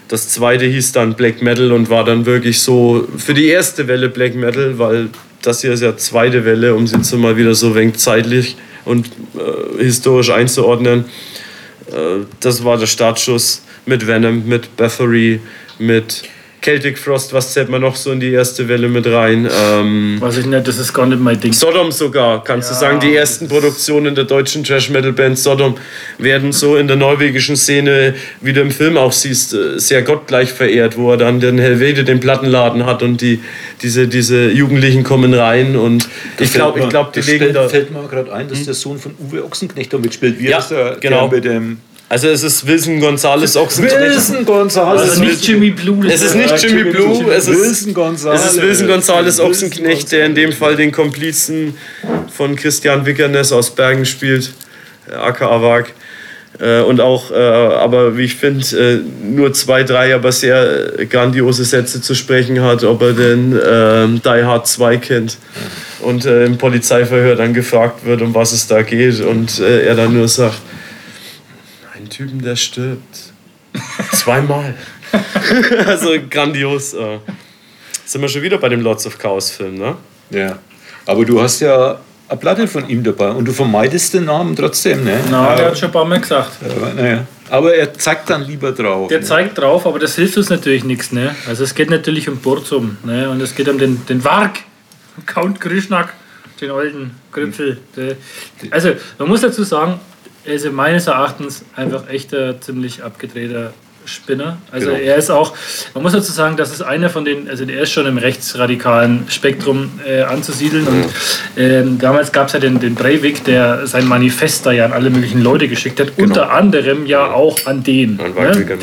Das zweite hieß dann Black Metal und war dann wirklich so für die erste Welle Black Metal, weil das hier ist ja zweite Welle, um es jetzt mal wieder so wenig zeitlich und historisch einzuordnen. Das war der Startschuss mit Venom, mit Bathory, mit Celtic Frost, was zählt man noch so in die erste Welle mit rein? Weiß ich nicht, das ist gar nicht mein Ding. Sodom sogar, kannst du sagen. Die ersten Produktionen der deutschen Thrash-Metal-Band Sodom werden so in der norwegischen Szene, wie du im Film auch siehst, sehr gottgleich verehrt, wo er dann den Helvete, den Plattenladen hat und diese Jugendlichen kommen rein und ich glaube, die legen da... Fällt mir gerade ein, dass der Sohn von Uwe Ochsenknecht da mitspielt. Wie ist der, genau. Der mit dem... Also es ist Wilson Gonzales Ochsenknecht. Wilson Gonzales. Also nicht Jimmy Blue. Es ist nicht Jimmy Blue. Es ist Wilson Gonzales Ochsenknecht, Ochsenknecht, der in dem Fall den Komplizen von Christian Wickernes aus Bergen spielt, aka Wag. Und auch, aber wie ich finde, nur 2, 3 aber sehr grandiose Sätze zu sprechen hat, ob er den Die Hard 2 kennt. Und im Polizeiverhör dann gefragt wird, um was es da geht. Und er dann nur sagt, ein Typen, der stirbt. 2-mal. Also grandios. Sind wir schon wieder bei dem Lords of Chaos Film, ne? Ja. Aber du hast ja eine Platte von ihm dabei und du vermeidest den Namen trotzdem, ne? Nein, der hat schon ein paar Mal gesagt. Aber er zeigt dann lieber drauf. Der zeigt drauf, aber das hilft uns natürlich nichts, ne? Also es geht natürlich um Burzum, ne? Und es geht um den Varg, Count Krishnak, den alten Krüpfel. Also man muss dazu sagen, er ist meines Erachtens einfach echt ein ziemlich abgedrehter Spinner. Also genau. Er ist auch, man muss dazu sagen, das ist einer von den, also der ist schon im rechtsradikalen Spektrum anzusiedeln. Und damals gab es ja den Breivik, der sein Manifest da ja an alle möglichen Leute geschickt hat, genau. Unter anderem ja auch an den. An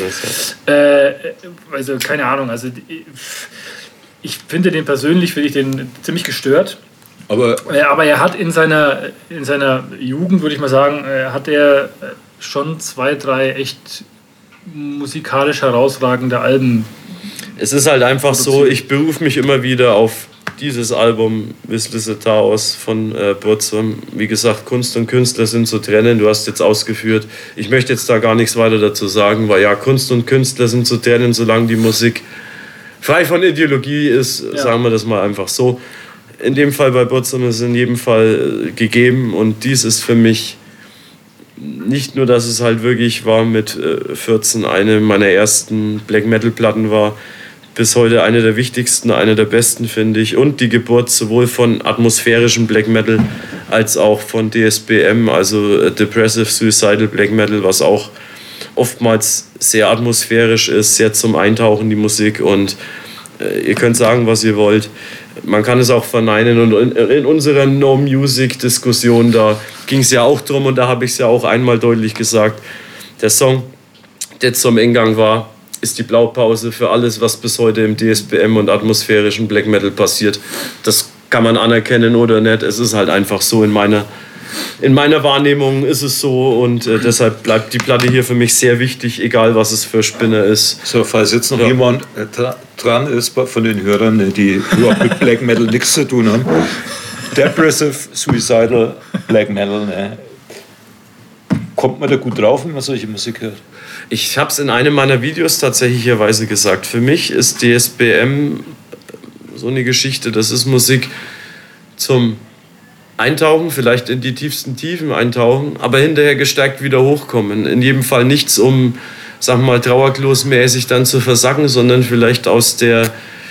also keine Ahnung, also ich finde den persönlich, finde ich den ziemlich gestört. Aber er hat in seiner Jugend, würde ich mal sagen, hat er schon 2, 3 echt musikalisch herausragende Alben. Es ist halt einfach so, ich berufe mich immer wieder auf dieses Album Wisselse Taos von Burzum. Wie gesagt, Kunst und Künstler sind zu trennen. Du hast jetzt ausgeführt. Ich möchte jetzt da gar nichts weiter dazu sagen, weil ja, Kunst und Künstler sind zu trennen, solange die Musik frei von Ideologie ist, sagen wir das mal einfach so. In dem Fall bei Burzum ist es in jedem Fall gegeben und dies ist für mich nicht nur, dass es halt wirklich war mit 14 eine meiner ersten Black Metal Platten war, bis heute eine der wichtigsten, eine der besten, finde ich, und die Geburt sowohl von atmosphärischem Black Metal als auch von DSBM, also Depressive Suicidal Black Metal, was auch oftmals sehr atmosphärisch ist, sehr zum Eintauchen die Musik und ihr könnt sagen, was ihr wollt. Man kann es auch verneinen und in unserer No-Music-Diskussion, da ging es ja auch drum und da habe ich es ja auch einmal deutlich gesagt, der Song, der zum Eingang war, ist die Blaupause für alles, was bis heute im DSBM und atmosphärischen Black Metal passiert. Das kann man anerkennen oder nicht, es ist halt einfach so in meiner Wahrnehmung ist es so und deshalb bleibt die Platte hier für mich sehr wichtig, egal was es für Spinner ist. So, falls jetzt noch jemand dran ist von den Hörern, die überhaupt mit Black Metal nichts zu tun haben. Depressive, Suicidal Black Metal, ne? Kommt man da gut drauf, wenn man solche Musik hört? Ich habe es in einem meiner Videos tatsächlicherweise gesagt. Für mich ist DSBM so eine Geschichte, das ist Musik zum Eintauchen, vielleicht in die tiefsten Tiefen eintauchen, aber hinterher gestärkt wieder hochkommen. In jedem Fall nichts, um, sag mal, trauerklosmäßig dann zu versacken, sondern vielleicht aus den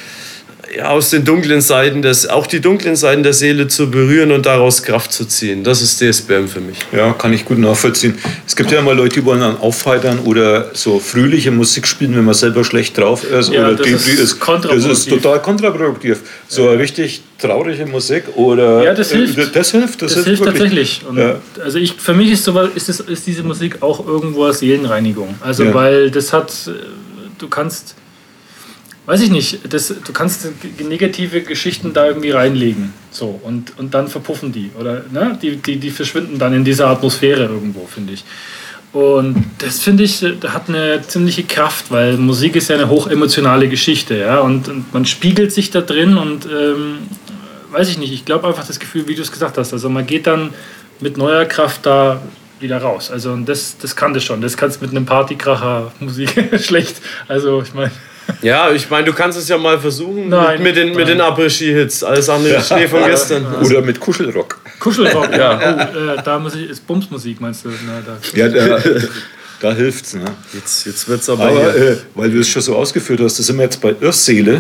dunklen Seiten, auch die dunklen Seiten der Seele zu berühren und daraus Kraft zu ziehen. Das ist DSBM für mich. Ja, kann ich gut nachvollziehen. Es gibt ja immer Leute, die wollen dann aufheitern oder so fröhliche Musik spielen, wenn man selber schlecht drauf ist. Ja, oder das ist kontraproduktiv. Das ist total kontraproduktiv. So eine richtig traurige Musik oder... Ja, das hilft. Das hilft tatsächlich. Und also für mich ist diese Musik auch irgendwo eine Seelenreinigung. Also weil das hat... Du kannst... Weiß ich nicht, du kannst negative Geschichten da irgendwie reinlegen. So, und dann verpuffen die. Oder, ne? Die verschwinden dann in dieser Atmosphäre irgendwo, finde ich. Und das, finde ich, hat eine ziemliche Kraft, weil Musik ist ja eine hochemotionale Geschichte. Ja? Und man spiegelt sich da drin und weiß ich nicht, ich glaube einfach das Gefühl, wie du es gesagt hast. Also man geht dann mit neuer Kraft da wieder raus. Also das kann das schon. Das kannst du mit einem Partykracher-Musik schlecht. Also ich meine... Ja, ich meine, du kannst es ja mal versuchen. Nein, mit den Après-Ski-Hits. Alles andere ist Schnee von gestern. Oder mit Kuschelrock. Kuschelrock, ja. Oh, da ist Bumsmusik, meinst du? Ja, da hilft's. Ne? Jetzt wird's aber weil du es schon so ausgeführt hast, da sind wir jetzt bei Irrseele.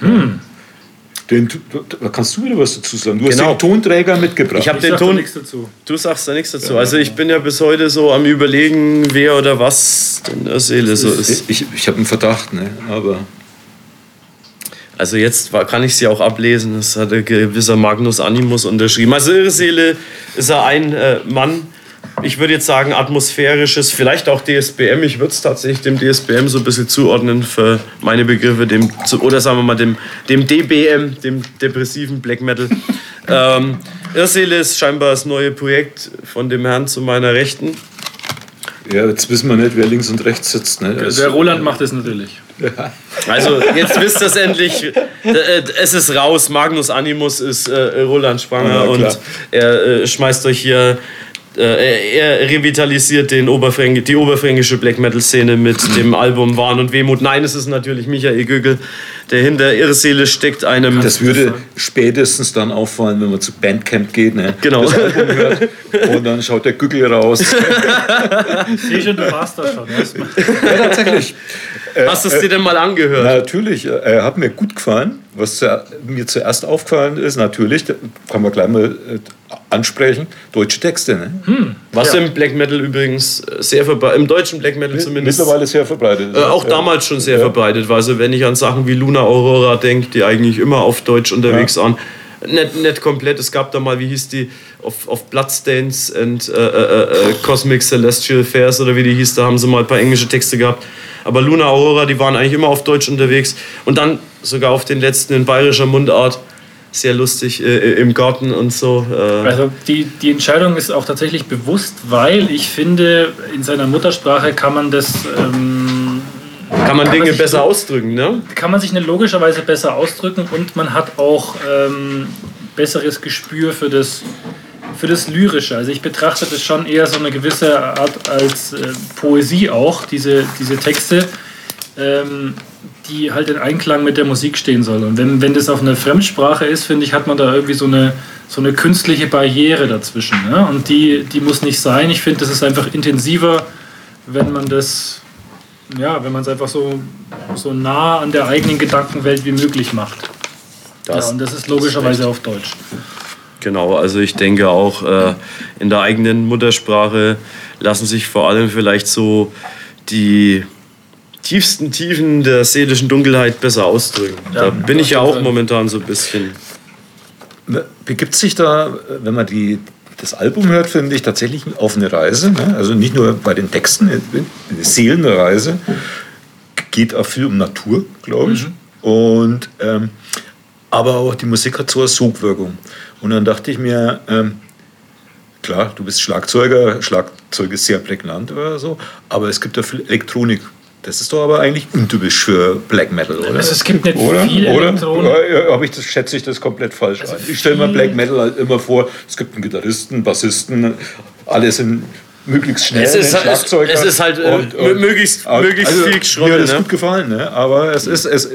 Da kannst du wieder was dazu sagen. Du hast den Tonträger mitgebracht. Ich habe den Ton. Nichts dazu. Du sagst da nichts dazu. Also ich bin ja bis heute so am Überlegen, wer oder was denn Irrseele so ist. Ich habe einen Verdacht, ne? Aber... Also jetzt kann ich sie auch ablesen. Das hat ein gewisser Magnus Animus unterschrieben. Also Irrseele ist ja ein Mann. Ich würde jetzt sagen atmosphärisches, vielleicht auch DSBM. Ich würde es tatsächlich dem DSBM so ein bisschen zuordnen für meine Begriffe, oder sagen wir mal dem DBM, dem depressiven Black Metal. Irrseele ist scheinbar das neue Projekt von dem Herrn zu meiner Rechten. Ja, jetzt wissen wir nicht, wer links und rechts sitzt. Ne? Der Roland macht es natürlich. Ja. Also jetzt wisst ihr es endlich. Es ist raus. Magnus Animus ist Roland Spranger und er schmeißt euch hier... Er revitalisiert die oberfränkische Black Metal Szene mit dem Album Wahn und Wehmut. Nein, es ist natürlich Michael Gögel, der hinter Irrseele steckt. Das würde spätestens dann auffallen, wenn man zu Bandcamp geht, ne? Genau. Das Album hört und dann schaut der Gögel raus. Ich sehe schon, du warst da schon. Ja, tatsächlich. Hast du es dir denn mal angehört? Natürlich, hat mir gut gefallen. Was mir zuerst aufgefallen ist, natürlich, da kann man gleich mal ansprechen, deutsche Texte. Ne? Was im Black Metal übrigens sehr verbreitet, im deutschen Black Metal zumindest. Mittlerweile sehr verbreitet. Auch damals schon sehr verbreitet war. Also wenn ich an Sachen wie Luna Aurora denke, die eigentlich immer auf Deutsch unterwegs waren. Nicht komplett, es gab da mal, wie hieß die, auf Bloodstains and Cosmic Celestial Affairs oder wie die hieß, da haben sie mal ein paar englische Texte gehabt. Aber Luna Aurora, die waren eigentlich immer auf Deutsch unterwegs. Und dann sogar auf den letzten in bayerischer Mundart. Sehr lustig im Garten und so. Also die Entscheidung ist auch tatsächlich bewusst, weil ich finde, in seiner Muttersprache kann man das... kann man Dinge besser ausdrücken, ne? Kann man sich nicht logischerweise besser ausdrücken und man hat auch besseres Gespür für das Lyrische. Also ich betrachte das schon eher so eine gewisse Art als Poesie auch, diese Texte, die halt in Einklang mit der Musik stehen soll. Und wenn das auf einer Fremdsprache ist, finde ich, hat man da irgendwie so eine künstliche Barriere dazwischen. Ne? Und die muss nicht sein. Ich finde, das ist einfach intensiver, wenn man das... Ja, wenn man es einfach so nah an der eigenen Gedankenwelt wie möglich macht. Und das ist logischerweise auf Deutsch. Genau, also ich denke auch in der eigenen Muttersprache lassen sich vor allem vielleicht so die tiefsten Tiefen der seelischen Dunkelheit besser ausdrücken. Da bin ich ja auch momentan so ein bisschen... Begibt sich da, wenn man das Album hört, finde ich, tatsächlich auf eine Reise. Ne? Also nicht nur bei den Texten, eine Seelenreise. Geht auch viel um Natur, glaube ich. Und, aber auch die Musik hat so eine Sogwirkung. Und dann dachte ich mir, klar, du bist Schlagzeuger, Schlagzeug ist sehr prägnant oder so, aber es gibt ja viel Elektronik. Das ist doch aber eigentlich untypisch für Black Metal, oder? Also es gibt nicht viel Elektronik. Oder schätze ich das komplett falsch ein? Ich stelle mir Black Metal halt immer vor, es gibt einen Gitarristen, Bassisten, alles in möglichst schnell. Es ist halt möglichst viel Geschrott. Mir hat das gut gefallen, ne? Aber als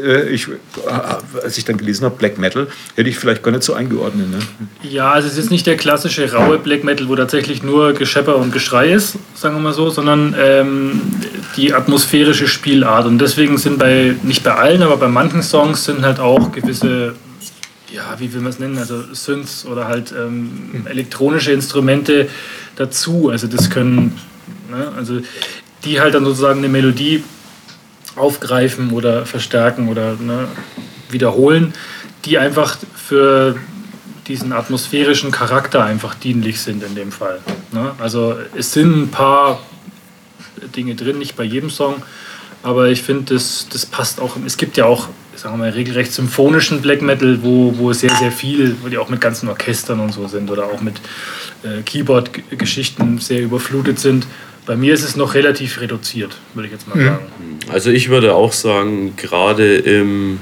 ich dann gelesen habe, Black Metal, hätte ich vielleicht gar nicht so eingeordnet. Ne? Ja, also es ist nicht der klassische raue Black Metal, wo tatsächlich nur Geschepper und Geschrei ist, sagen wir mal so, sondern die atmosphärische Spielart. Und deswegen sind nicht bei allen, aber bei manchen Songs sind halt auch gewisse, ja, wie will man es nennen, also Synths oder halt elektronische Instrumente dazu. Also das können, ne, also die halt dann sozusagen eine Melodie aufgreifen oder verstärken oder wiederholen, die einfach für diesen atmosphärischen Charakter einfach dienlich sind in dem Fall. Ne? Also es sind ein paar Dinge drin, nicht bei jedem Song, aber ich finde, das passt auch. Es gibt ja auch, sagen wir mal, regelrecht symphonischen Black Metal, wo sehr, sehr viel, wo die auch mit ganzen Orchestern und so sind oder auch mit Keyboard-Geschichten sehr überflutet sind. Bei mir ist es noch relativ reduziert, würde ich jetzt mal sagen. Also ich würde auch sagen, gerade im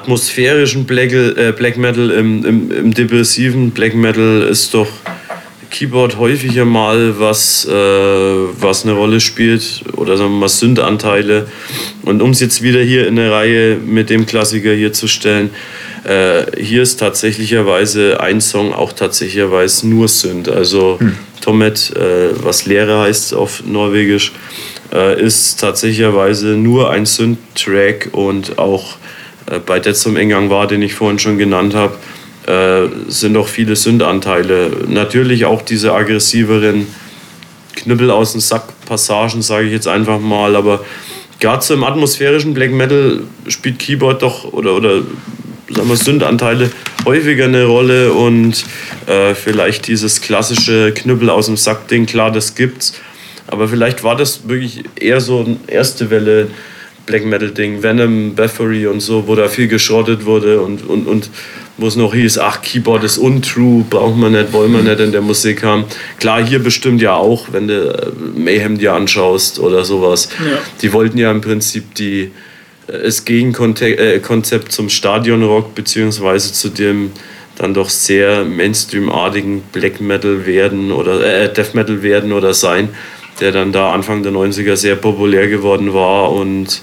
atmosphärischen Black Metal, im depressiven Black Metal Keyboard häufiger mal, was eine Rolle spielt oder sagen wir mal Synth-Anteile. Und um es jetzt wieder hier in der Reihe mit dem Klassiker hier zu stellen, hier ist tatsächlicherweise ein Song auch tatsächlicherweise nur Synth. Also Tomet, was Leere heißt auf Norwegisch, ist tatsächlicherweise nur ein Synth-Track und auch bei Det som en gang var, den ich vorhin schon genannt habe, sind auch viele Synth-Anteile. Natürlich auch diese aggressiveren Knüppel aus dem Sack-Passagen, sage ich jetzt einfach mal, aber gerade so im atmosphärischen Black Metal spielt Keyboard doch oder sagen wir Synth-Anteile häufiger eine Rolle und vielleicht dieses klassische Knüppel aus dem Sack-Ding, klar, das gibt's, aber vielleicht war das wirklich eher so eine erste Welle Black Metal-Ding, Venom, Bathory und so, wo da viel geschrottet wurde und wo es noch hieß, ach, Keyboard ist untrue, braucht man nicht, wollen wir nicht in der Musik haben. Klar, hier bestimmt ja auch, wenn du Mayhem dir anschaust oder sowas. Ja. Die wollten ja im Prinzip das Gegenkonzept zum Stadionrock beziehungsweise zu dem dann doch sehr Mainstream-artigen Black Metal werden oder Death Metal werden oder sein, der dann da Anfang der 90er sehr populär geworden war und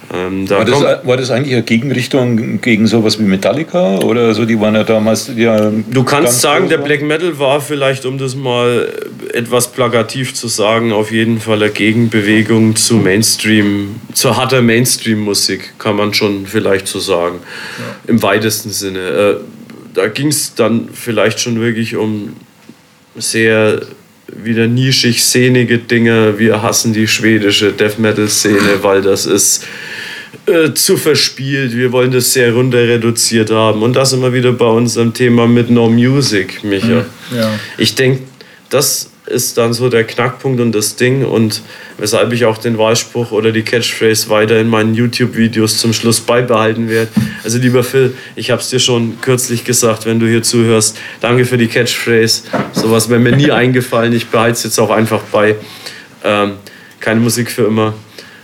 war das eigentlich eine Gegenrichtung gegen sowas wie Metallica oder so? Die waren ja damals. Du kannst sagen, der Black Metal war vielleicht, um das mal etwas plakativ zu sagen, auf jeden Fall eine Gegenbewegung zu zur harter Mainstream-Musik, kann man schon vielleicht so sagen. Ja. Im weitesten Sinne. Da ging es dann vielleicht schon wirklich um sehr wieder nischig szenige Dinge. Wir hassen die schwedische Death Metal Szene, weil das ist zu verspielt. Wir wollen das sehr runter reduziert haben. Und das immer wieder bei unserem Thema mit No Music, Micha. Ja. Ich denke, das ist dann so der Knackpunkt und das Ding und weshalb ich auch den Wahlspruch oder die Catchphrase weiter in meinen YouTube-Videos zum Schluss beibehalten werde. Also lieber Phil, ich habe es dir schon kürzlich gesagt, wenn du hier zuhörst, danke für die Catchphrase. Sowas wäre mir nie eingefallen. Ich behalte es jetzt auch einfach bei. Keine Musik für immer.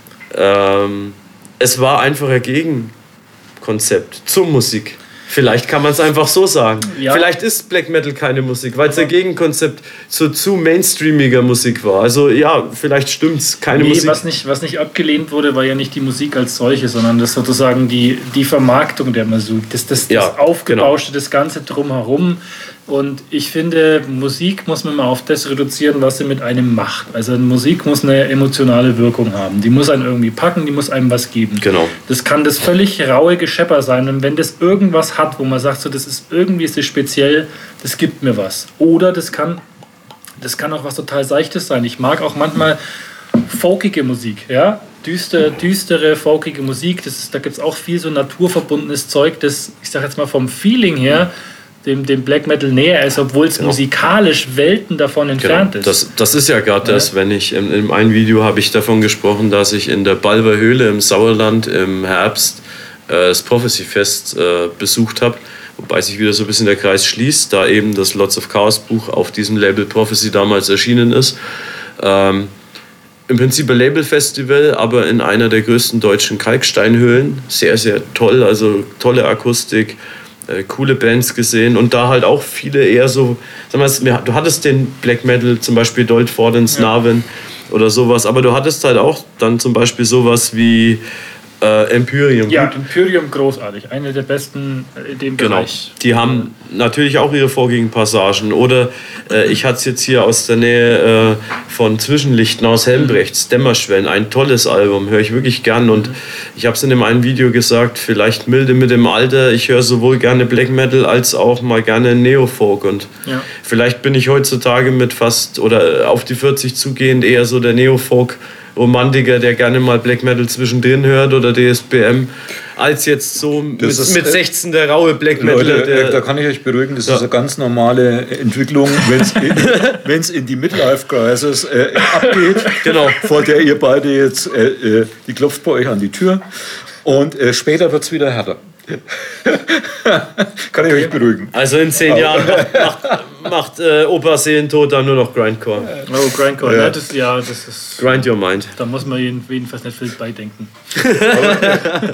Es war einfach ein Gegenkonzept zur Musik. Vielleicht kann man es einfach so sagen. Ja. Vielleicht ist Black Metal keine Musik, weil es ein Gegenkonzept zu mainstreamiger Musik war. Also ja, vielleicht stimmt's, keine Musik. Was nicht abgelehnt wurde, war ja nicht die Musik als solche, sondern das sozusagen die Vermarktung der Musik. Das Aufgebauschte, genau. Das Ganze drumherum. Und ich finde, Musik muss man mal auf das reduzieren, was sie mit einem macht. Also Musik muss eine emotionale Wirkung haben. Die muss einen irgendwie packen, die muss einem was geben. Genau. Das kann das völlig raue Geschepper sein. Und wenn das irgendwas hat, wo man sagt, so, das ist irgendwie so speziell, das gibt mir was. Oder das kann auch was total Seichtes sein. Ich mag auch manchmal folkige Musik, ja? Düstere, folkige Musik. Da gibt es auch viel so naturverbundenes Zeug, das, ich sag jetzt mal vom Feeling her, dem Black Metal näher ist, obwohl es musikalisch Welten davon entfernt ist. Das ist ja gerade das, wenn ich in einem Video habe ich davon gesprochen, dass ich in der Balver Höhle im Sauerland im Herbst das Prophecy Fest besucht habe, wobei sich wieder so ein bisschen der Kreis schließt, da eben das Lots of Chaos Buch auf diesem Label Prophecy damals erschienen ist. Im Prinzip ein Labelfestival, aber in einer der größten deutschen Kalksteinhöhlen. Sehr, sehr toll, also tolle Akustik. Coole Bands gesehen und da halt auch viele eher so, sag mal, du hattest den Black Metal, zum Beispiel Dolt Fordens, Narven oder sowas, aber du hattest halt auch dann zum Beispiel sowas wie Empyreum. Ja, Empyreum großartig, eine der besten in dem Bereich. Die haben natürlich auch ihre Vorgängerpassagen. Oder ich hatte es jetzt hier aus der Nähe von Zwischenlichten aus Helmbrechts, Dämmerschwellen, ein tolles Album, höre ich wirklich gern. Und ich habe es in dem einen Video gesagt, vielleicht milde mit dem Alter, ich höre sowohl gerne Black Metal als auch mal gerne Neofolk. Und vielleicht bin ich heutzutage mit fast oder auf die 40 zugehend eher so der Neofolk Romantiker, der gerne mal Black Metal zwischendrin hört oder DSBM, als jetzt so mit 16 der raue Black Metal. Leute, da kann ich euch beruhigen, das ist eine ganz normale Entwicklung, wenn es in die Midlife-Crisis abgeht, vor der ihr beide jetzt, die klopft bei euch an die Tür und später wird es wieder härter. Kann ich euch beruhigen. Also in 10 Jahren macht Opa Seelentod dann nur noch Grindcore. Oh, Grindcore, ja. Das ist... Grind your mind. Da muss man jedenfalls nicht viel beidenken.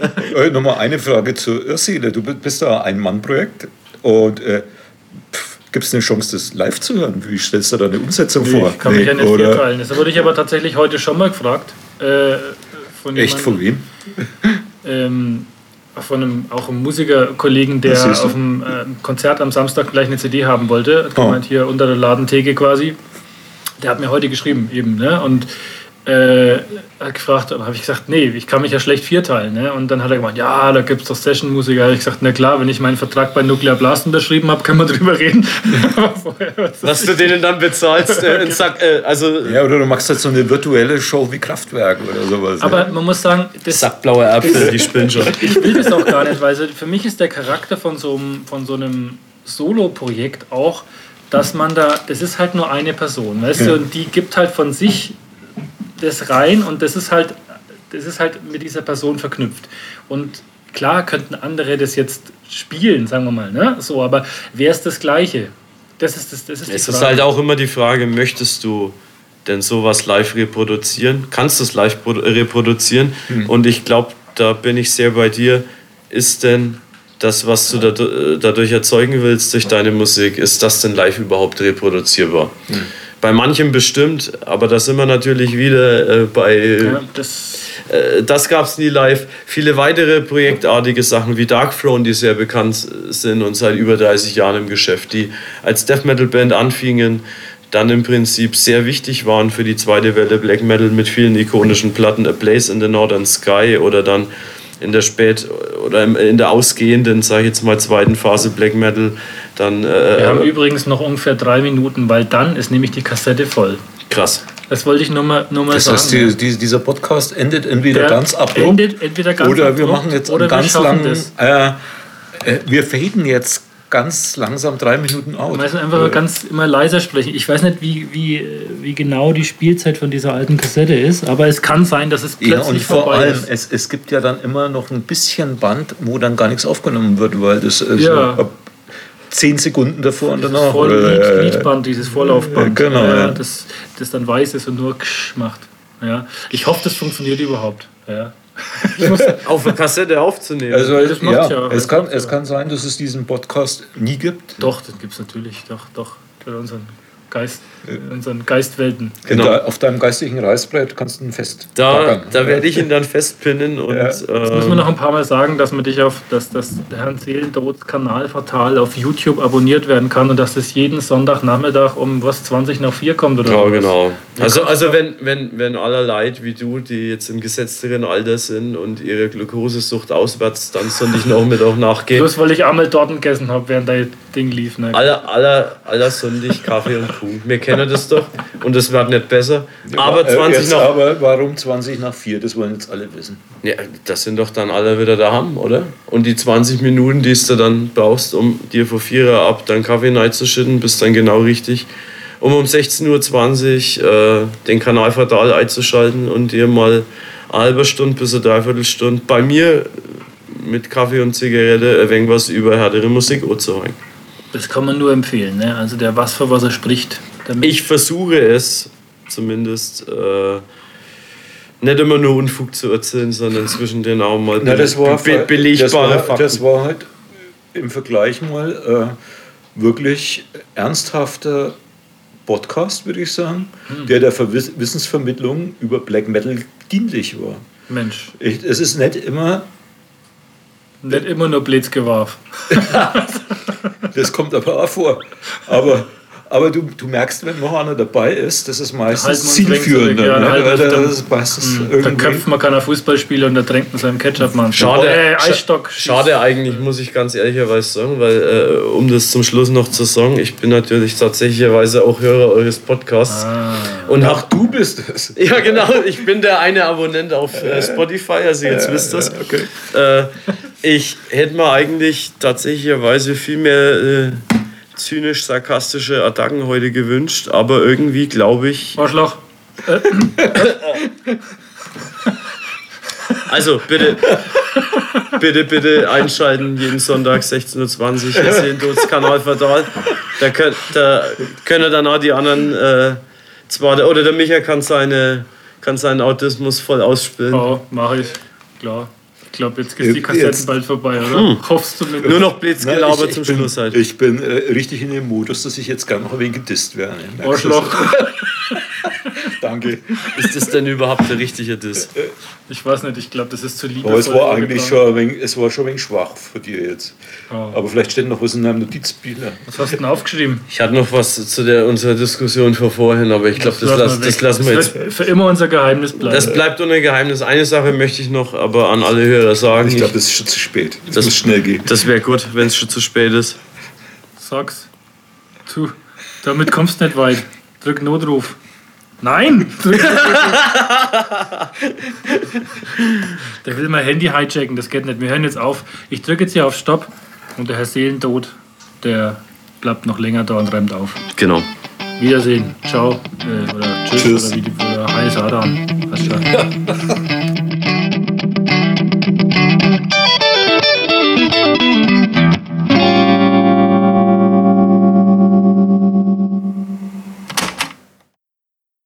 Nochmal eine Frage zur Irrseele. Du bist da ein Mann-Projekt und Gibt es eine Chance, das live zu hören? Wie stellst du da eine Umsetzung vor? Ich kann mich ja nicht vierteilen. Das wurde ich aber tatsächlich heute schon mal gefragt. Echt, von wem? Von auch einem Musikerkollegen, der auf dem Konzert am Samstag gleich eine CD haben wollte. Hat gemeint, hier unter der Ladentheke quasi. Der hat mir heute geschrieben eben, ne? Und hat gefragt, dann habe ich gesagt, nee, ich kann mich ja schlecht vierteilen. Ne? Und dann hat er gemeint, ja, da gibt es doch Session-Musiker. Da habe ich gesagt, na klar, wenn ich meinen Vertrag bei Nuclear Blast unterschrieben habe, können wir drüber reden. Was du denen dann bezahlst, ja, oder du machst halt so eine virtuelle Show wie Kraftwerk oder sowas. Aber man muss sagen, Sackblaue Äpfel, die spinnen schon. Ich will das auch gar nicht, weil für mich ist der Charakter von so einem Solo-Projekt auch, dass man das ist halt nur eine Person, weißt du, und die gibt halt von sich das rein und das ist halt mit dieser Person verknüpft. Und klar könnten andere das jetzt spielen, sagen wir mal, ne? So, aber wer ist das Gleiche? Das ist die Frage. Es ist halt auch immer die Frage, möchtest du denn sowas live reproduzieren? Kannst du es live reproduzieren? Und ich glaube, da bin ich sehr bei dir. Ist denn das, was du dadurch erzeugen willst durch deine Musik, ist das denn live überhaupt reproduzierbar? Bei manchem bestimmt, aber da sind wir natürlich wieder bei... Ja, das gab es nie live. Viele weitere projektartige Sachen wie Darkthrone, die sehr bekannt sind und seit über 30 Jahren im Geschäft, die als Death Metal Band anfingen, dann im Prinzip sehr wichtig waren für die zweite Welle Black Metal mit vielen ikonischen Platten, A Blaze in the Northern Sky oder dann in der in der ausgehenden, sage ich jetzt mal, zweiten Phase Black Metal. Dann, wir haben übrigens noch ungefähr 3 Minuten, weil dann ist nämlich die Kassette voll. Krass. Das wollte ich nur mal sagen. Das heißt, dieser Podcast endet entweder ganz abrupt oder wir machen jetzt einen ganz langen... wir faden jetzt ganz langsam 3 Minuten aus. Wir müssen einfach immer leiser sprechen. Ich weiß nicht, wie genau die Spielzeit von dieser alten Kassette ist, aber es kann sein, dass es plötzlich und vor allem, es gibt ja dann immer noch ein bisschen Band, wo dann gar nichts aufgenommen wird, weil das so 10 Sekunden davor und danach. Liedband, dieses Vorlaufband, genau, das dann weiß ist und nur ksch macht. Ja. Ich hoffe, das funktioniert überhaupt. Ja. Auf eine Kassette aufzunehmen. Also, das macht es kann sein, dass es diesen Podcast nie gibt. Doch, den gibt es natürlich. Doch. Für unseren Geistwelten. Genau. Auf deinem geistigen Reißbrett kannst du ihn fest. Da werde ich ihn dann festpinnen. Und, das müssen wir noch ein paar Mal sagen, dass man dich dass Herrn Seelendots Kanal Fatal auf YouTube abonniert werden kann und dass das jeden Sonntagnachmittag um 20:04 kommt oder ja, genau. Also wenn aller Leid wie du, die jetzt im gesetzteren Alter sind und ihre Glukosesucht auswärts dann Sonntagnachmittag nachgehen. Bloß weil ich einmal dort gegessen habe, während dein Ding lief. Ne? Aller Sonntag Kaffee und Kuchen. Wir kennen das doch und es wird nicht besser. Aber aber warum 20:04? Das wollen jetzt alle wissen. Ja, das sind doch dann alle wieder daheim, oder? Und die 20 Minuten, die du dann brauchst, um dir vor 4 Uhr ab deinen Kaffee reinzuschütten, bist dann genau richtig. Um 16:20 Uhr den Kanal Fatal einzuschalten und dir mal eine halbe Stunde bis eine Dreiviertelstunde bei mir mit Kaffee und Zigarette ein wenig was über härtere Musik anzuhören. Das kann man nur empfehlen, ne? Also der was für was er spricht. Ich versuche es zumindest nicht immer nur Unfug zu erzählen, sondern zwischendrin auch mal belegbare Fakten. Das war halt im Vergleich mal wirklich ernsthafter Podcast, würde ich sagen, der Wissensvermittlung über Black Metal dienlich war. Mensch. Es ist nicht immer nur Blitzgewarf. Das kommt aber auch vor. Aber du merkst, wenn noch einer dabei ist, das ist meistens zielführend. Da köpft man keiner Fußballspieler und da trinkt man seinen Ketchup-Mann. Schade eigentlich, muss ich ganz ehrlicherweise sagen, weil um das zum Schluss noch zu sagen, ich bin natürlich tatsächlicherweise auch Hörer eures Podcasts. Und ach, du bist es. Ja, genau. Ich bin der eine Abonnent auf Spotify, also jetzt wisst ihr das. Okay. Ich hätte mir eigentlich tatsächlicherweise viel mehr zynisch-sarkastische Attacken heute gewünscht, aber irgendwie glaube ich... Arschloch. Also bitte einschalten, jeden Sonntag 16:20 Uhr, Seelendots Kanal Fatal. Da können dann auch die anderen oder der Micha kann seinen Autismus voll ausspielen. Oh, mache ich, klar. glaube, jetzt ist die Kassette bald vorbei, oder? Hoffst du mit? Nur noch Blitzgelaber zum Schluss halt. Ich bin richtig in dem Modus, dass ich jetzt gerne noch ein wenig gedisst werde. Arschloch. Danke. Ist das denn überhaupt der richtige Diss? Ich weiß nicht, ich glaube, das ist zu lieb. Aber es war eigentlich schon ein wenig schwach für dir jetzt. Oh. Aber vielleicht steht noch was in deinem Notizbuch. Was hast du denn aufgeschrieben? Ich hatte noch was zu unserer Diskussion von vorhin, aber ich glaube, das lassen wir jetzt. Das wird für immer unser Geheimnis bleiben. Das bleibt ohne Geheimnis. Eine Sache möchte ich noch aber an alle Hörer sagen. Ich glaube, das ist schon zu spät. Das muss schnell gehen. Das wäre gut, wenn es schon zu spät ist. Sag's. Damit kommst du nicht weit. Drück Notruf. Nein! Der will mein Handy hijacken, das geht nicht. Wir hören jetzt auf. Ich drücke jetzt hier auf Stopp und der Herr Seelentod, der bleibt noch länger da und räumt auf. Genau. Wiedersehen. Ciao. Oder tschüss. Oder Heil Sadan. Hast du